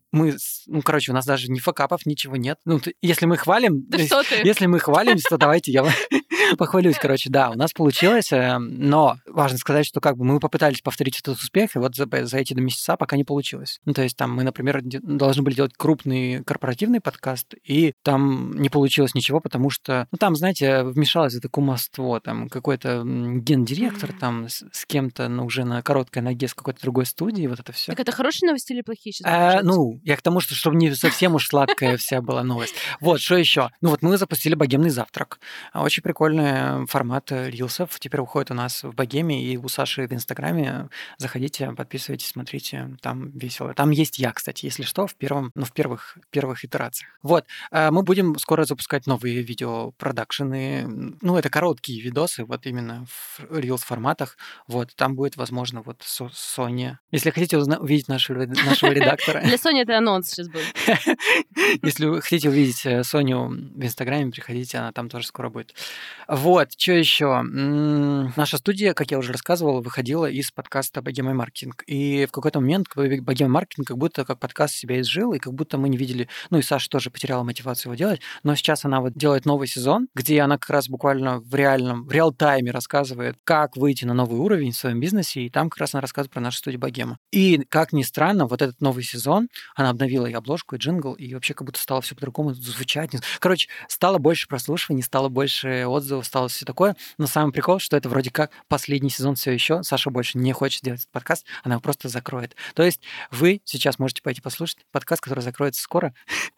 у нас даже ни факапов, ничего нет. Ну, если мы хвалим... Да что ты? Если мы хвалимся, то давайте я похвалюсь. Короче, да, у нас получилось, но важно сказать, что как бы мы попытались повторить этот успех, и вот за эти 2 месяца пока не получилось. Ну, то есть там мы, например, должны были делать крупный корпоративный подкаст, и там не получилось ничего, потому что, ну, там, знаете, вмешалось это кумовство, там какой-то гендиректор там с кем-то, ну, уже на короткой ноге с какой-то другой студии, вот это все. Так это хорошие новости или плохие сейчас? Ну, я к тому, что чтобы не совсем уж сладкая вся была новость. Вот, что еще? Ну, вот мы запустили богемный завтрак. Очень прикольный формат рилсов. Теперь выходит у нас в Богеме и у Саши в Инстаграме. Заходите, подписывайтесь, смотрите. Там весело. Там есть я, кстати, если что, в первых итерациях. Вот. Мы будем скоро запускать новые видеопродакшены. Ну, это короткие видосы, вот именно в рилс-форматах. Вот. Там будет, возможно, вот Соня. Если хотите увидеть нашего редактора... Для Сони это анонс сейчас был. Если вы хотите увидеть Соню в Инстаграме, приходите, она там тоже скоро будет. Вот, что еще? Наша студия, как я уже рассказывал, выходила из подкаста «Богема маркетинг». И в какой-то момент «Богема маркетинг» как будто как подкаст себя изжил, и как будто мы не видели... Ну, и Саша тоже потеряла мотивацию его делать, но сейчас она вот делает новый сезон, где она как раз буквально в реал-тайме рассказывает, как выйти на новый уровень в своем бизнесе, и там как раз она рассказывает про нашу студию «Богема». И, как ни странно, вот этот новый сезон, она обновила и обложку, и джингл, и вообще как будто стало все по-другому звучать. Короче, стало больше прослушиваний, стало больше отзывов, стало все такое. Но самый прикол, что это вроде как последний сезон все еще. Саша больше не хочет делать этот подкаст, она его просто закроет. То есть вы сейчас можете пойти послушать подкаст, который закроется скоро.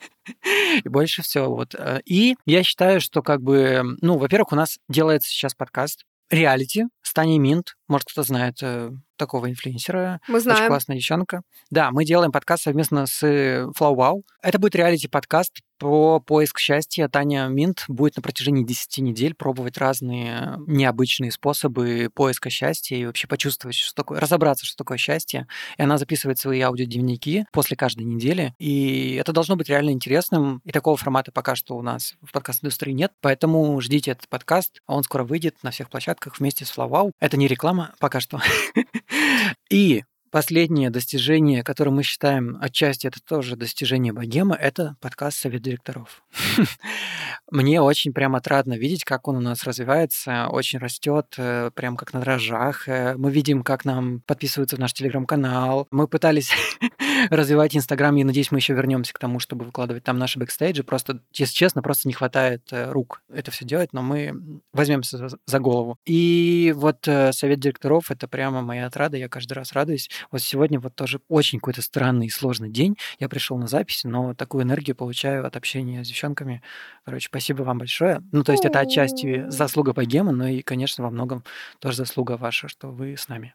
И больше всего. Вот. И я считаю, что как бы, ну, во-первых, у нас делается сейчас подкаст реалити с Таней Минт. Может, кто-то знает такого инфлюенсера. Мы знаем. Очень классная девчонка. Да, мы делаем подкаст совместно с Flow Wow. Это будет реалити-подкаст про поиск счастья. Таня Минт будет на протяжении 10 недель пробовать разные необычные способы поиска счастья и вообще почувствовать, что такое, разобраться, что такое счастье. И она записывает свои аудиодневники после каждой недели. И это должно быть реально интересным. И такого формата пока что у нас в подкаст-индустрии нет. Поэтому ждите этот подкаст. Он скоро выйдет на всех площадках вместе с Flow Wow. Это не реклама пока что. И последнее достижение, которое мы считаем отчасти это тоже достижение богемы, это подкаст «Совет директоров». Мне очень прям отрадно видеть, как он у нас развивается, очень растет, прям как на дрожжах. Мы видим, как нам подписываются в наш телеграм-канал. Мы пытались развивать Инстаграм, и надеюсь, мы еще вернемся к тому, чтобы выкладывать там наши бэкстейджи. Просто, если честно, просто не хватает рук это все делать, но мы возьмемся за голову. И вот совет директоров — это прямо моя отрада, я каждый раз радуюсь. Вот сегодня вот тоже очень какой-то странный и сложный день. Я пришел на запись, но такую энергию получаю от общения с девчонками. Короче, спасибо вам большое. Ну, то есть это отчасти заслуга богемы, но и, конечно, во многом тоже заслуга ваша, что вы с нами.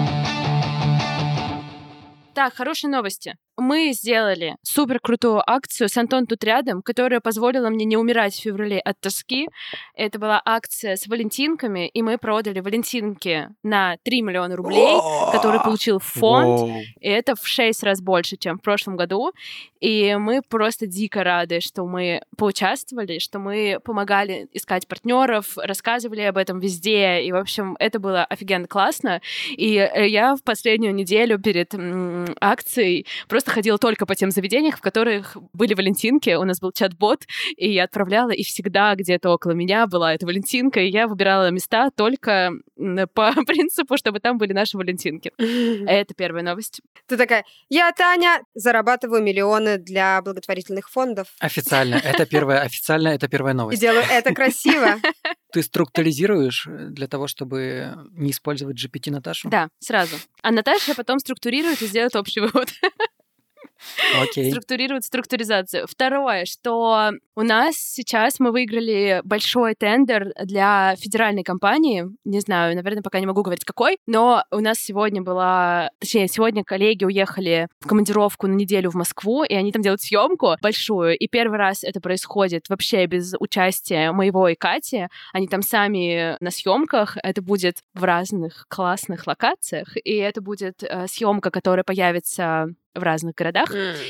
Так, хорошие новости. Мы сделали супер крутую акцию с Антон тут рядом, которая позволила мне не умирать в феврале от тоски. Это была акция с валентинками, и мы продали валентинки на 3 миллиона рублей, который получил фонд. И это в 6 раз больше, чем в прошлом году. И мы просто дико рады, что мы поучаствовали, что мы помогали искать партнеров, рассказывали об этом везде. И, в общем, это было офигенно классно. И я в последнюю неделю перед акцией просто ходила только по тем заведениям, в которых были валентинки. У нас был чат-бот, и я отправляла, и всегда где-то около меня была эта валентинка, и я выбирала места только по принципу, чтобы там были наши валентинки. Это первая новость. Ты такая: я, Таня, зарабатываю миллионы для благотворительных фондов. Официально это первая новость. И делаю это красиво. Ты структуризируешь для того, чтобы не использовать GPT Наташу? Да, сразу. А Наташа потом структурирует и сделает общий вывод. Окей. Структурирует структуризацию. Второе, что у нас сейчас мы выиграли большой тендер для федеральной компании. Не знаю, наверное, пока не могу говорить, какой, но у нас сегодня сегодня коллеги уехали в командировку на неделю в Москву, и они там делают съемку большую, и первый раз это происходит вообще без участия моего и Кати. Они там сами на съемках. Это будет в разных классных локациях, и это будет съемка, которая появится в разных городах.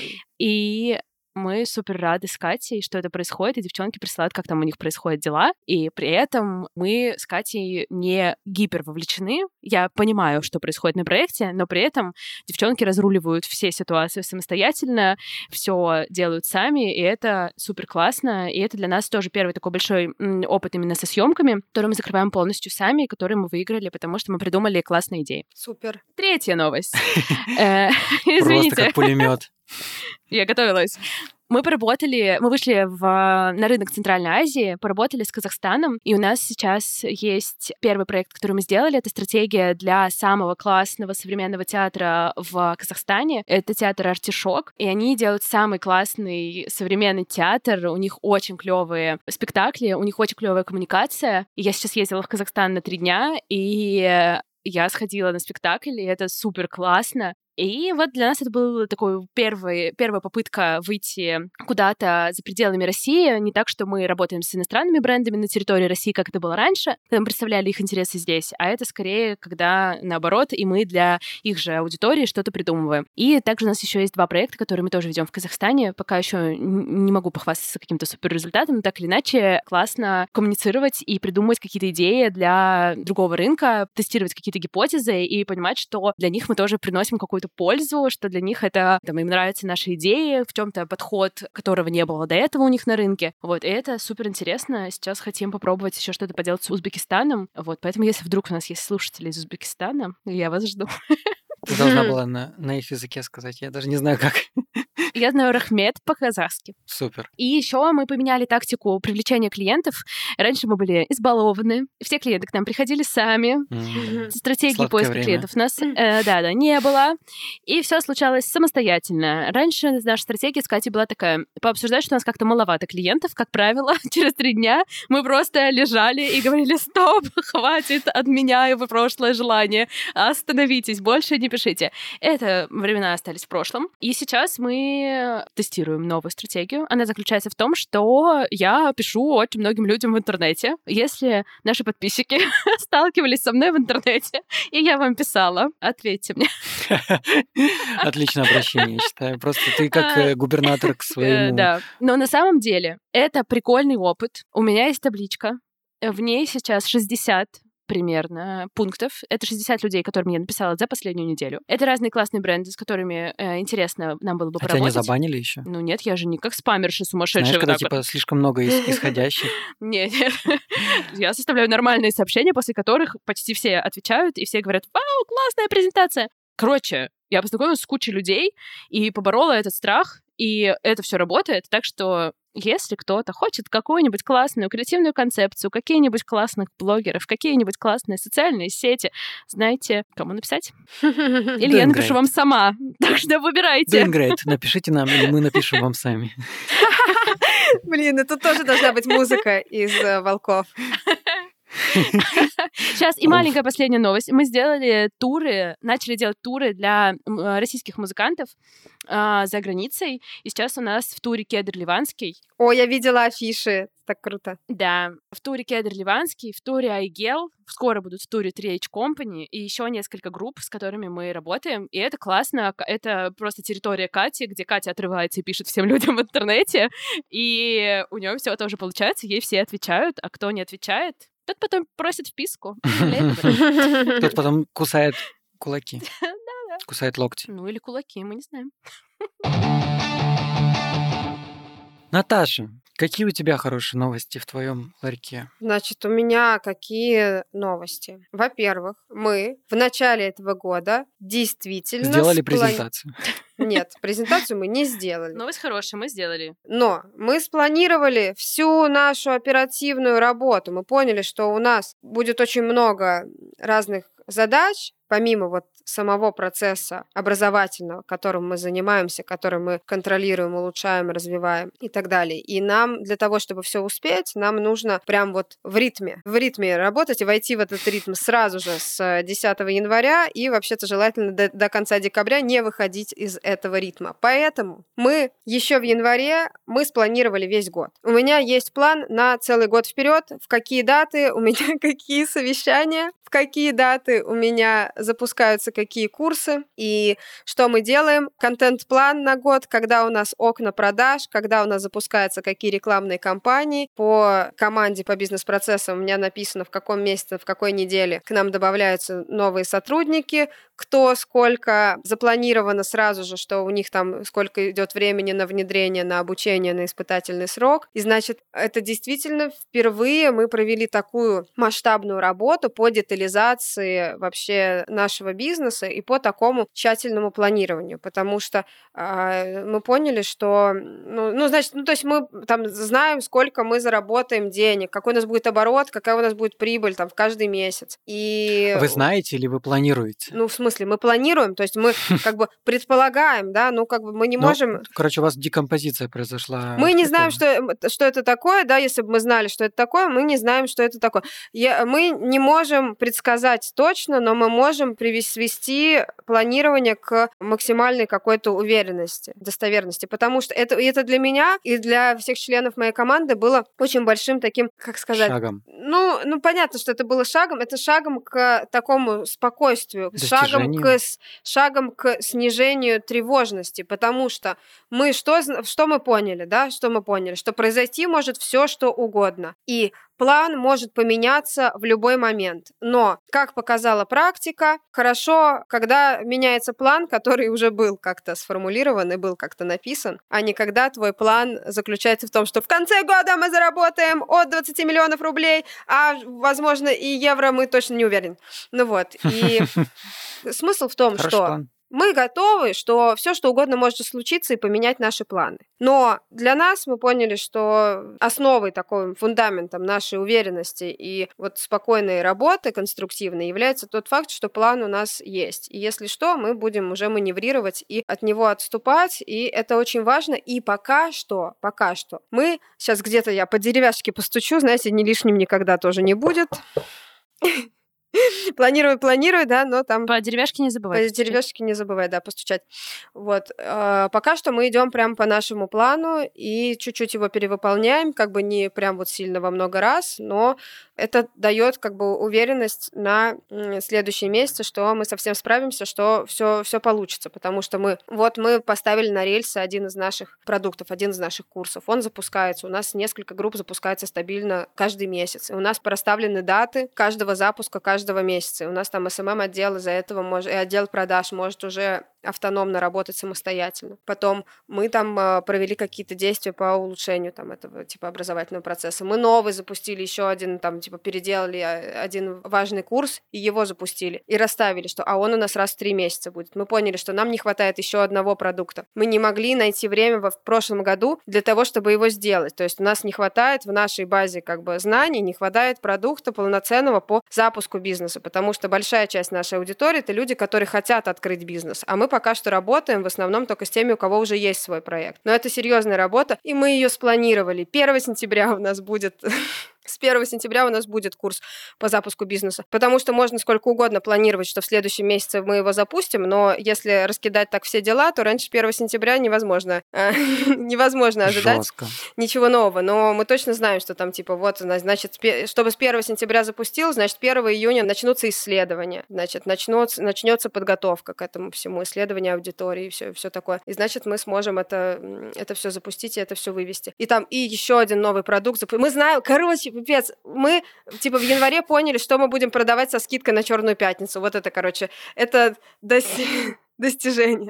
И мы супер рады с Катей, что это происходит, и девчонки присылают, как там у них происходят дела. И при этом мы с Катей не гипер вовлечены. Я понимаю, что происходит на проекте, но при этом девчонки разруливают все ситуации самостоятельно, все делают сами, и это супер классно. И это для нас тоже первый такой большой опыт именно со съемками, который мы закрываем полностью сами, и который мы выиграли, потому что мы придумали классные идеи. Супер. Третья новость. Просто как пулемет. Я готовилась. Мы вышли на рынок Центральной Азии, поработали с Казахстаном, и у нас сейчас есть первый проект, который мы сделали. Это стратегия для самого классного современного театра в Казахстане. Это театр «Артишок», и они делают самый классный современный театр. У них очень клевые спектакли, у них очень клевая коммуникация. И я сейчас ездила в Казахстан на 3 дня, и я сходила на спектакль, и это супер классно. И вот для нас это была такой первая попытка выйти куда-то за пределами России. Не так, что мы работаем с иностранными брендами на территории России, как это было раньше, когда мы представляли их интересы здесь, а это скорее, когда наоборот, и мы для их же аудитории что-то придумываем. И также у нас еще есть 2 проекта, которые мы тоже ведем в Казахстане. Пока еще не могу похвастаться каким-то супер результатом, но так или иначе классно коммуницировать и придумывать какие-то идеи для другого рынка, тестировать какие-то гипотезы и понимать, что для них мы тоже приносим какую-то пользу, что для них это, им нравятся наши идеи, в чем-то подход, которого не было до этого у них на рынке. Вот, и это супер интересно. Сейчас хотим попробовать еще что-то поделать с Узбекистаном. Вот, поэтому если вдруг у нас есть слушатели из Узбекистана, я вас жду. Ты должна была на их языке сказать, я даже не знаю, как. Я знаю рахмет по-казахски. Супер. И еще мы поменяли тактику привлечения клиентов. Раньше мы были избалованы. Все клиенты к нам приходили сами. Стратегии поиска клиентов у нас не было. И все случалось самостоятельно. Раньше наша стратегия с Катей была такая: пообсуждать, что у нас как-то маловато клиентов. Как правило, через 3 дня мы просто лежали и говорили: стоп, хватит, отменяю прошлое желание. Остановитесь, больше не пишите. Это времена остались в прошлом. И сейчас мы тестируем новую стратегию. Она заключается в том, что я пишу очень многим людям в интернете. Если наши подписчики сталкивались со мной в интернете, и я вам писала, ответьте мне. Отличное обращение, я считаю. Просто ты как губернатор к своему... Да. Но на самом деле это прикольный опыт. У меня есть табличка. В ней сейчас 60 примерно пунктов. Это 60 людей, которым я написала за последнюю неделю. Это разные классные бренды, с которыми интересно нам было бы А тебя не поработать. забанили еще? Ну нет, я же не как спамерша сумасшедшая. Знаешь, когда вот так типа слишком много исходящих. Нет. Я составляю нормальные сообщения, после которых почти все отвечают, и все говорят: «Вау, классная презентация!» Короче, я познакомилась с кучей людей и поборола этот страх, и это все работает. Так что, если кто-то хочет какую-нибудь классную креативную концепцию, каких-нибудь классных блогеров, какие-нибудь классные социальные сети, знаете, кому написать? Или я напишу вам сама. Так что выбирайте. Doing great. Напишите нам, или мы напишем вам сами. Блин, это тоже должна быть музыка из «Волков». Сейчас и маленькая последняя новость. Мы начали делать туры для российских музыкантов за границей. И сейчас у нас в туре Кедр Ливанский. О, я видела афиши. Так круто. Да, в туре Кедр Ливанский, в туре Айгел, скоро будут в туре 3H Company и еще несколько групп, с которыми мы работаем. И это классно. Это просто территория Кати, где Катя отрывается и пишет всем людям в интернете. И у нее все тоже получается, ей все отвечают, а кто не отвечает, тот потом просит вписку. Тот потом кусает кулаки. Кусает локти. Ну или кулаки, мы не знаем. Наташа, какие у тебя хорошие новости в твоем ларьке? Значит, у меня какие новости? Во-первых, мы в начале этого года действительно... Сделали презентацию. Нет, презентацию мы не сделали. Новость хорошая, мы сделали. Но мы спланировали всю нашу оперативную работу. Мы поняли, что у нас будет очень много разных задач, помимо вот самого процесса образовательного, которым мы занимаемся, который мы контролируем, улучшаем, развиваем и так далее. И нам для того, чтобы все успеть, нам нужно прям вот в ритме работать и войти в этот ритм сразу же с 10 января и вообще-то желательно до конца декабря не выходить из этого ритма. Поэтому мы еще в январе мы спланировали весь год. У меня есть план на целый год вперед, в какие даты у меня какие совещания, в какие даты у меня запускаются какие курсы и что мы делаем. Контент-план на год, когда у нас окна продаж, когда у нас запускаются какие рекламные кампании. По команде по бизнес-процессам у меня написано, в каком месяце, в какой неделе к нам добавляются новые сотрудники, кто сколько запланировано сразу же, что у них там сколько идет времени на внедрение, на обучение, на испытательный срок. И значит, это действительно впервые мы провели такую масштабную работу по детализации вообще нашего бизнеса и по такому тщательному планированию, потому что мы поняли, что, то есть мы там знаем, сколько мы заработаем денег, какой у нас будет оборот, какая у нас будет прибыль там в каждый месяц. И... Вы знаете или вы планируете? Ну, в смысле, мы планируем, то есть мы как бы предполагаем, да, мы не можем... Короче, у вас декомпозиция произошла. Мы не знаем, что это такое, да, если бы мы знали, что это такое, мы не знаем, что это такое. Мы не можем предсказать точно, но мы можем свести планирование к максимальной какой-то уверенности, достоверности, потому что это для меня и для всех членов моей команды было очень большим таким, как сказать... Шагом. Ну, понятно, что это было шагом. Это шагом к такому спокойствию, шагом к снижению тревожности, потому что что мы поняли, да? Что мы поняли? Что произойти может все, что угодно. И план может поменяться в любой момент. Но, как показала практика, хорошо, когда меняется план, который уже был как-то сформулирован и был как-то написан, а не когда твой план заключается в том, что в конце года мы заработаем от 20 миллионов рублей, а, возможно, и евро мы точно не уверены. Ну вот. И смысл в том, что... Мы готовы, что все, что угодно может случиться и поменять наши планы. Но для нас мы поняли, что основой, таким фундаментом нашей уверенности и вот спокойной работы конструктивной является тот факт, что план у нас есть. И если что, мы будем уже маневрировать и от него отступать, и это очень важно. И пока что, мы сейчас где-то я по деревяшке постучу, знаете, не лишним никогда тоже не будет. Планирую, да, но там... По деревяшке не забывай. По деревяшке не забывай, да, постучать. Вот. Пока что мы идем прям по нашему плану и чуть-чуть его перевыполняем, как бы не прям вот сильно во много раз, но это дает как бы уверенность на следующие месяцы, что мы совсем справимся, что все получится, потому что мы поставили на рельсы один из наших продуктов, один из наших курсов. Он запускается. У нас несколько групп запускается стабильно каждый месяц. И у нас проставлены даты каждого запуска каждого месяца. И у нас там SMM-отдел из-за этого и отдел продаж может уже автономно работать самостоятельно. Потом мы там провели какие-то действия по улучшению там этого типа образовательного процесса. Мы новый запустили, еще один там типа переделали один важный курс и его запустили. И расставили, что он у нас раз в 3 месяца будет. Мы поняли, что нам не хватает еще одного продукта. Мы не могли найти время в прошлом году для того, чтобы его сделать. То есть у нас не хватает в нашей базе как бы знаний, не хватает продукта полноценного по запуску бизнеса, потому что большая часть нашей аудитории — это люди, которые хотят открыть бизнес, а мы пока что работаем в основном только с теми, у кого уже есть свой проект. Но это серьезная работа, и мы ее спланировали. 1 сентября у нас будет... С 1 сентября у нас будет курс по запуску бизнеса, потому что можно сколько угодно планировать, что в следующем месяце мы его запустим, но если раскидать так все дела, то раньше 1 сентября невозможно ожидать Жестко. ничего нового. Но мы точно знаем, что там типа вот, значит, чтобы с 1 сентября запустил, значит, 1 июня начнутся исследования, значит, начнется подготовка к этому всему, исследование аудитории и все такое. И значит, мы сможем это все запустить и это все вывести. И там и еще один новый продукт. Мы знаем, пипец, мы типа в январе поняли, что мы будем продавать со скидкой на Черную пятницу. Вот это, короче, это достижение.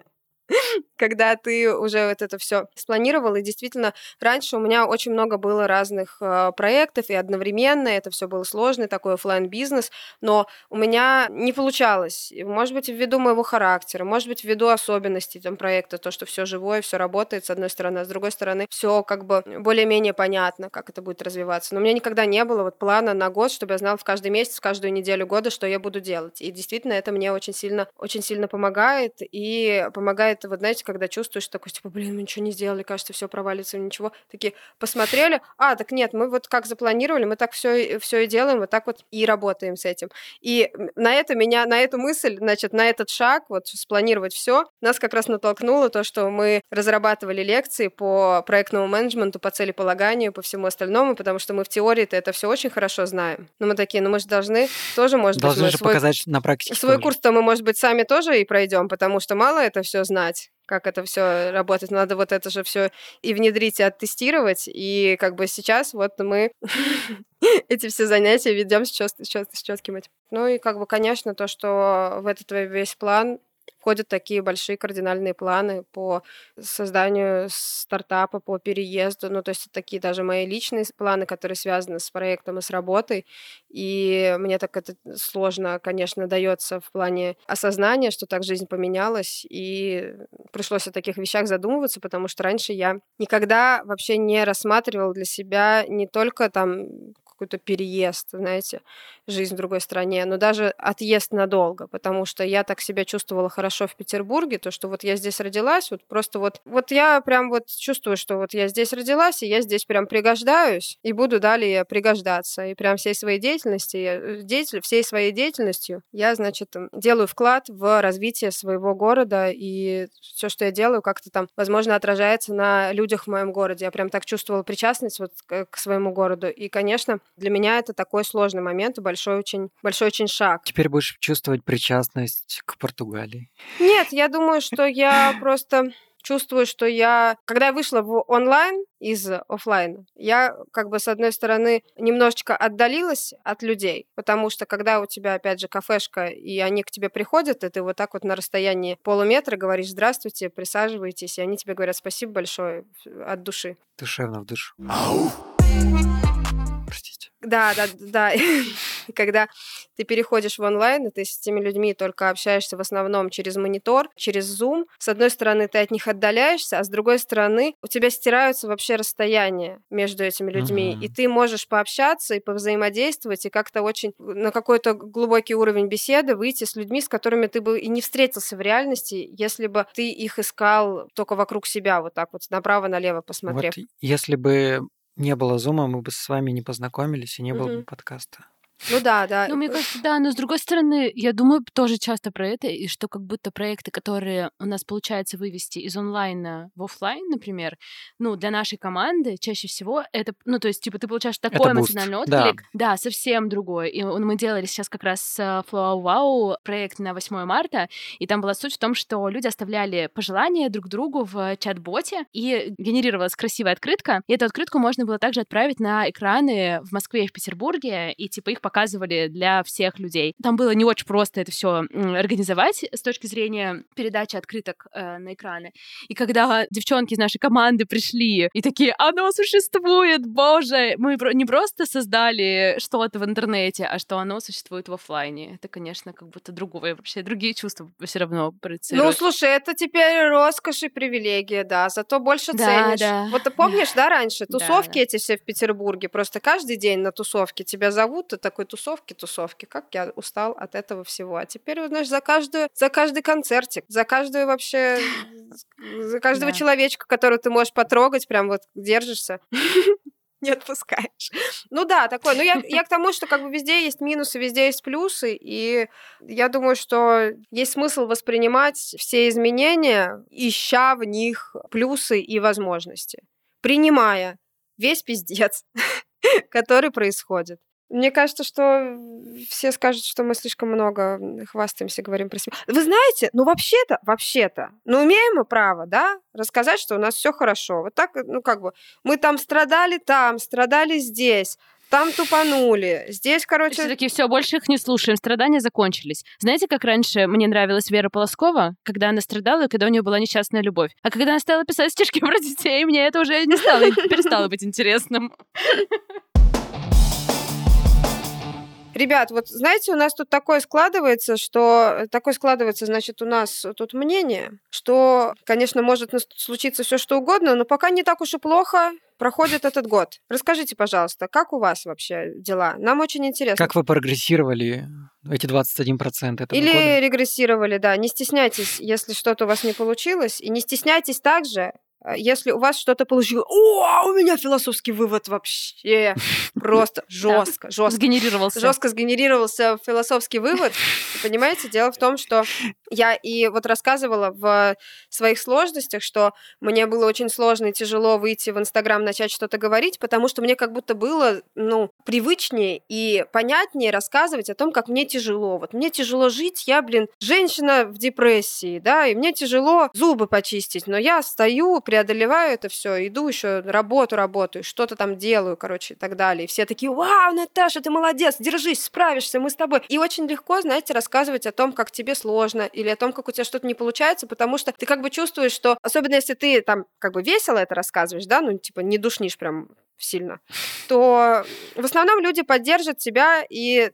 Когда ты уже вот это все спланировал, и действительно, раньше у меня очень много было разных проектов, и одновременно это все было сложный такой офлайн-бизнес, но у меня не получалось, может быть, ввиду моего характера, может быть, ввиду особенностей там проекта, то, что все живое, все работает, с одной стороны, а с другой стороны, все как бы более-менее понятно, как это будет развиваться. Но у меня никогда не было вот плана на год, чтобы я знала в каждый месяц, в каждую неделю года, что я буду делать. И действительно, это мне очень сильно помогает, и помогает, вот знаете, когда чувствуешь такой, типа, блин, мы ничего не сделали, кажется, все провалится, ничего. Такие посмотрели, так нет, мы вот как запланировали, мы так все и делаем, вот так вот и работаем с этим. И на эту мысль, значит, на этот шаг, вот спланировать все, нас как раз натолкнуло то, что мы разрабатывали лекции по проектному менеджменту, по целеполаганию, по всему остальному, потому что мы в теории-то это все очень хорошо знаем. Но мы такие, мы же должны тоже, может быть, Должны же показать на практике. Свой курс-то мы, может быть, сами тоже и пройдем, потому что мало это все знать, как это все работает. Надо вот это же все и внедрить, и оттестировать. И как бы сейчас вот мы эти все занятия ведем с четким этим. Ну и как бы, конечно, то, что в этот весь план входят такие большие кардинальные планы по созданию стартапа, по переезду. Ну, то есть такие даже мои личные планы, которые связаны с проектом и с работой. И мне так это сложно, конечно, дается в плане осознания, что так жизнь поменялась. И пришлось о таких вещах задумываться, потому что раньше я никогда вообще не рассматривала для себя не только там какой-то переезд, знаете, жизнь в другой стране, но даже отъезд надолго, потому что я так себя чувствовала хорошо в Петербурге, то, что вот я здесь родилась, вот просто вот я прям вот чувствую, что вот я здесь родилась, и я здесь прям пригождаюсь, и буду далее пригождаться, и прям всей своей деятельностью я, значит, делаю вклад в развитие своего города, и все, что я делаю, как-то там, возможно, отражается на людях в моем городе. Я прям так чувствовала причастность вот к своему городу, и, конечно, для меня это такой сложный момент и большой очень шаг. Теперь будешь чувствовать причастность к Португалии? Нет, я думаю, что я просто чувствую, что когда я вышла в онлайн из офлайна, я как бы с одной стороны немножечко отдалилась от людей, потому что когда у тебя, опять же, кафешка, и они к тебе приходят, и ты вот так вот на расстоянии полуметра говоришь «здравствуйте», присаживайтесь, и они тебе говорят «спасибо большое» от души. Душевно в душу. Простите. Да. И когда ты переходишь в онлайн, и ты с этими людьми только общаешься в основном через монитор, через Zoom, с одной стороны, ты от них отдаляешься, а с другой стороны, у тебя стираются вообще расстояния между этими людьми, и ты можешь пообщаться и повзаимодействовать, и как-то очень на какой-то глубокий уровень беседы выйти с людьми, с которыми ты бы и не встретился в реальности, если бы ты их искал только вокруг себя, вот так вот направо-налево посмотрев. Вот если бы не было Зума, мы бы с вами не познакомились, и не было бы подкаста. Ну да. Ну, мне кажется, да, но с другой стороны, я думаю тоже часто про это, и что как будто проекты, которые у нас получается вывести из онлайна в оффлайн, например, ну, для нашей команды чаще всего это, ну, то есть, типа, ты получаешь такой Это буст, эмоциональный да. отклик, да, совсем другой. И мы делали сейчас как раз с Flow Wow проект на 8 марта, и там была суть в том, что люди оставляли пожелания друг другу в чат-боте, и генерировалась красивая открытка, и эту открытку можно было также отправить на экраны в Москве и в Петербурге, и, типа, их показывали для всех людей. Там было не очень просто это все организовать с точки зрения передачи открыток на экраны. И когда девчонки из нашей команды пришли и такие: оно существует, боже! Мы не просто создали что-то в интернете, а что оно существует в офлайне. Это, конечно, как будто другое, вообще другие чувства все равно проецируют. Ну, слушай, это теперь роскошь и привилегия, да, зато больше ценишь. Да. Вот ты помнишь, да, раньше тусовки эти все в Петербурге, просто каждый день на тусовке тебя зовут, ты такой: тусовки, как я устал от этого всего. А теперь, вот, знаешь, за каждый концертик, за каждую вообще, за каждого человечка, которого ты можешь потрогать, прям вот держишься. Не отпускаешь. Ну да, такое. Но я к тому, что как бы везде есть минусы, везде есть плюсы, и я думаю, что есть смысл воспринимать все изменения, ища в них плюсы и возможности, принимая весь пиздец, который происходит. Мне кажется, что все скажут, что мы слишком много хвастаемся, говорим про себя. Вы знаете, ну вообще-то, ну имеем мы право, да, рассказать, что у нас все хорошо. Вот так, ну как бы, мы там, страдали здесь, там тупанули, здесь, короче... Все-таки все, больше их не слушаем, страдания закончились. Знаете, как раньше мне нравилась Вера Полоскова, когда она страдала и когда у нее была несчастная любовь. А когда она стала писать стишки про детей, мне это уже не стало, перестало быть интересным. Ребят, вот знаете, у нас тут такое складывается, значит, у нас тут мнение, что, конечно, может случиться все что угодно, но пока не так уж и плохо проходит этот год. Расскажите, пожалуйста, как у вас вообще дела? Нам очень интересно. Как вы прогрессировали эти 21% этого Или года? регрессировали, да. Не стесняйтесь, если что-то у вас не получилось, и не стесняйтесь также, если у вас что-то получилось. О, у меня философский вывод вообще просто жестко сгенерировался философский вывод. Понимаете, дело в том, что я и вот рассказывала в своих сложностях, что мне было очень сложно и тяжело выйти в Инстаграм, начать что-то говорить, потому что мне как будто было, привычнее и понятнее рассказывать о том, как мне тяжело. Вот мне тяжело жить, я, женщина в депрессии, да, и мне тяжело зубы почистить, но я стою, преодолеваю это все, иду еще работаю, что-то там делаю, короче, и так далее. И все такие: вау, Наташа, ты молодец, держись, справишься, мы с тобой. И очень легко, знаете, рассказывать о том, как тебе сложно, или о том, как у тебя что-то не получается, потому что ты как бы чувствуешь, что, особенно если ты там как бы весело это рассказываешь, да, не душнишь прям сильно, то в основном люди поддержат тебя, и,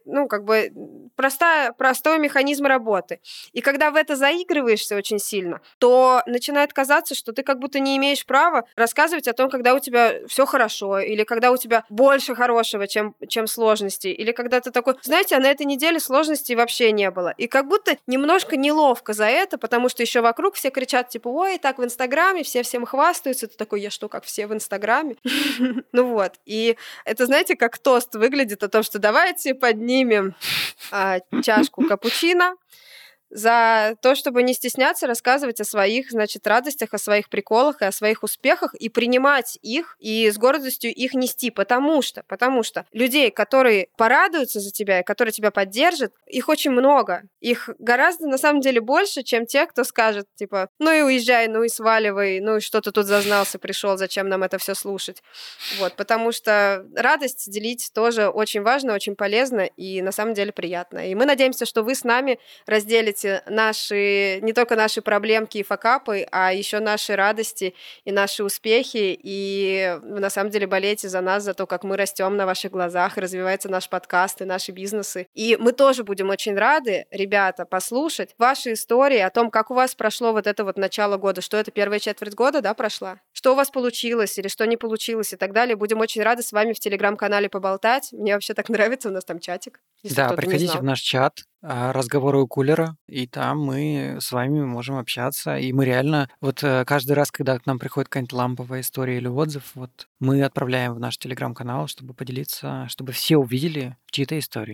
простой механизм работы. И когда в это заигрываешься очень сильно, то начинает казаться, что ты как будто не имеешь права рассказывать о том, когда у тебя все хорошо, или когда у тебя больше хорошего, чем сложностей, или когда ты такой: знаете, а на этой неделе сложностей вообще не было. И как будто немножко неловко за это, потому что еще вокруг все кричат, типа: ой, так в Инстаграме, все всем хвастаются. Ты такой: я что, как все в Инстаграме? Ну вот, и это, знаете, как тост выглядит о том, что давайте поднимем чашку капучино за то, чтобы не стесняться рассказывать о своих, радостях, о своих приколах и о своих успехах, и принимать их, и с гордостью их нести, потому что людей, которые порадуются за тебя, и которые тебя поддержат, их очень много. Их гораздо, на самом деле, больше, чем те, кто скажет, типа: ну и уезжай, ну и сваливай, ну и что ты тут зазнался, пришел, зачем нам это все слушать. Вот, потому что радость делить тоже очень важно, очень полезно и, на самом деле, приятно. И мы надеемся, что вы с нами разделите не только наши проблемки и факапы, а еще наши радости и наши успехи, и вы на самом деле болеете за нас, за то, как мы растем на ваших глазах, развивается наш подкаст и наши бизнесы. И мы тоже будем очень рады, ребята, послушать ваши истории о том, как у вас прошло вот это вот начало года, что это первая четверть года, да, прошла? Что у вас получилось или что не получилось и так далее. Будем очень рады с вами в Телеграм-канале поболтать. Мне вообще так нравится, у нас там чатик. если Да, кто-то не приходите знал. в наш чат «Разговоры у кулера», и там мы с вами можем общаться. И мы реально, каждый раз, когда к нам приходит какая-нибудь ламповая история или отзыв, мы отправляем в наш телеграм-канал, чтобы поделиться, чтобы все увидели чьи-то истории.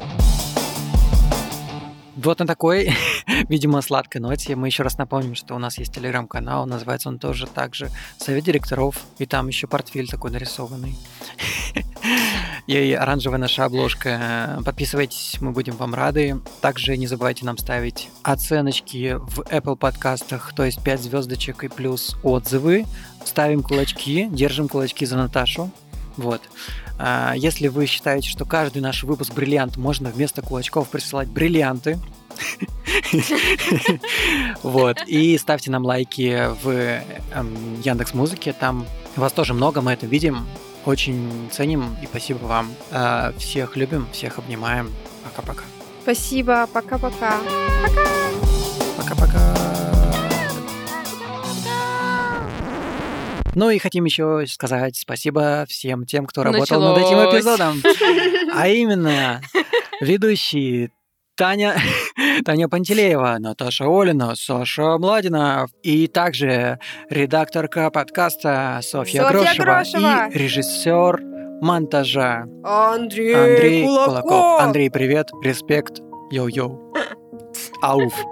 Вот на такой, видимо, сладкой ноте мы еще раз напомним, что у нас есть телеграм-канал, называется он тоже так же «Совет директоров», и там еще портфель такой нарисованный. И оранжевая наша обложка. Подписывайтесь, мы будем вам рады. Также не забывайте нам ставить оценочки в Apple подкастах, то есть 5 звездочек и плюс отзывы. Ставим кулачки, держим кулачки за Наташу. Если вы считаете, что каждый наш выпуск бриллиант, можно вместо кулачков присылать бриллианты. И ставьте нам лайки в Яндекс.Музыке. Там вас тоже много, мы это видим. Очень ценим и спасибо вам. Всех любим, всех обнимаем. Пока-пока. Спасибо, пока-пока. Пока-пока. Ну и хотим еще сказать спасибо всем тем, кто работал над этим эпизодом. А именно ведущие Таня Пантелеева, Наташа Олина, Саша Младинов и также редакторка подкаста Софья Грошева и режиссер монтажа Андрей Кулаков. Андрей, привет, респект, йоу-йоу, ауф.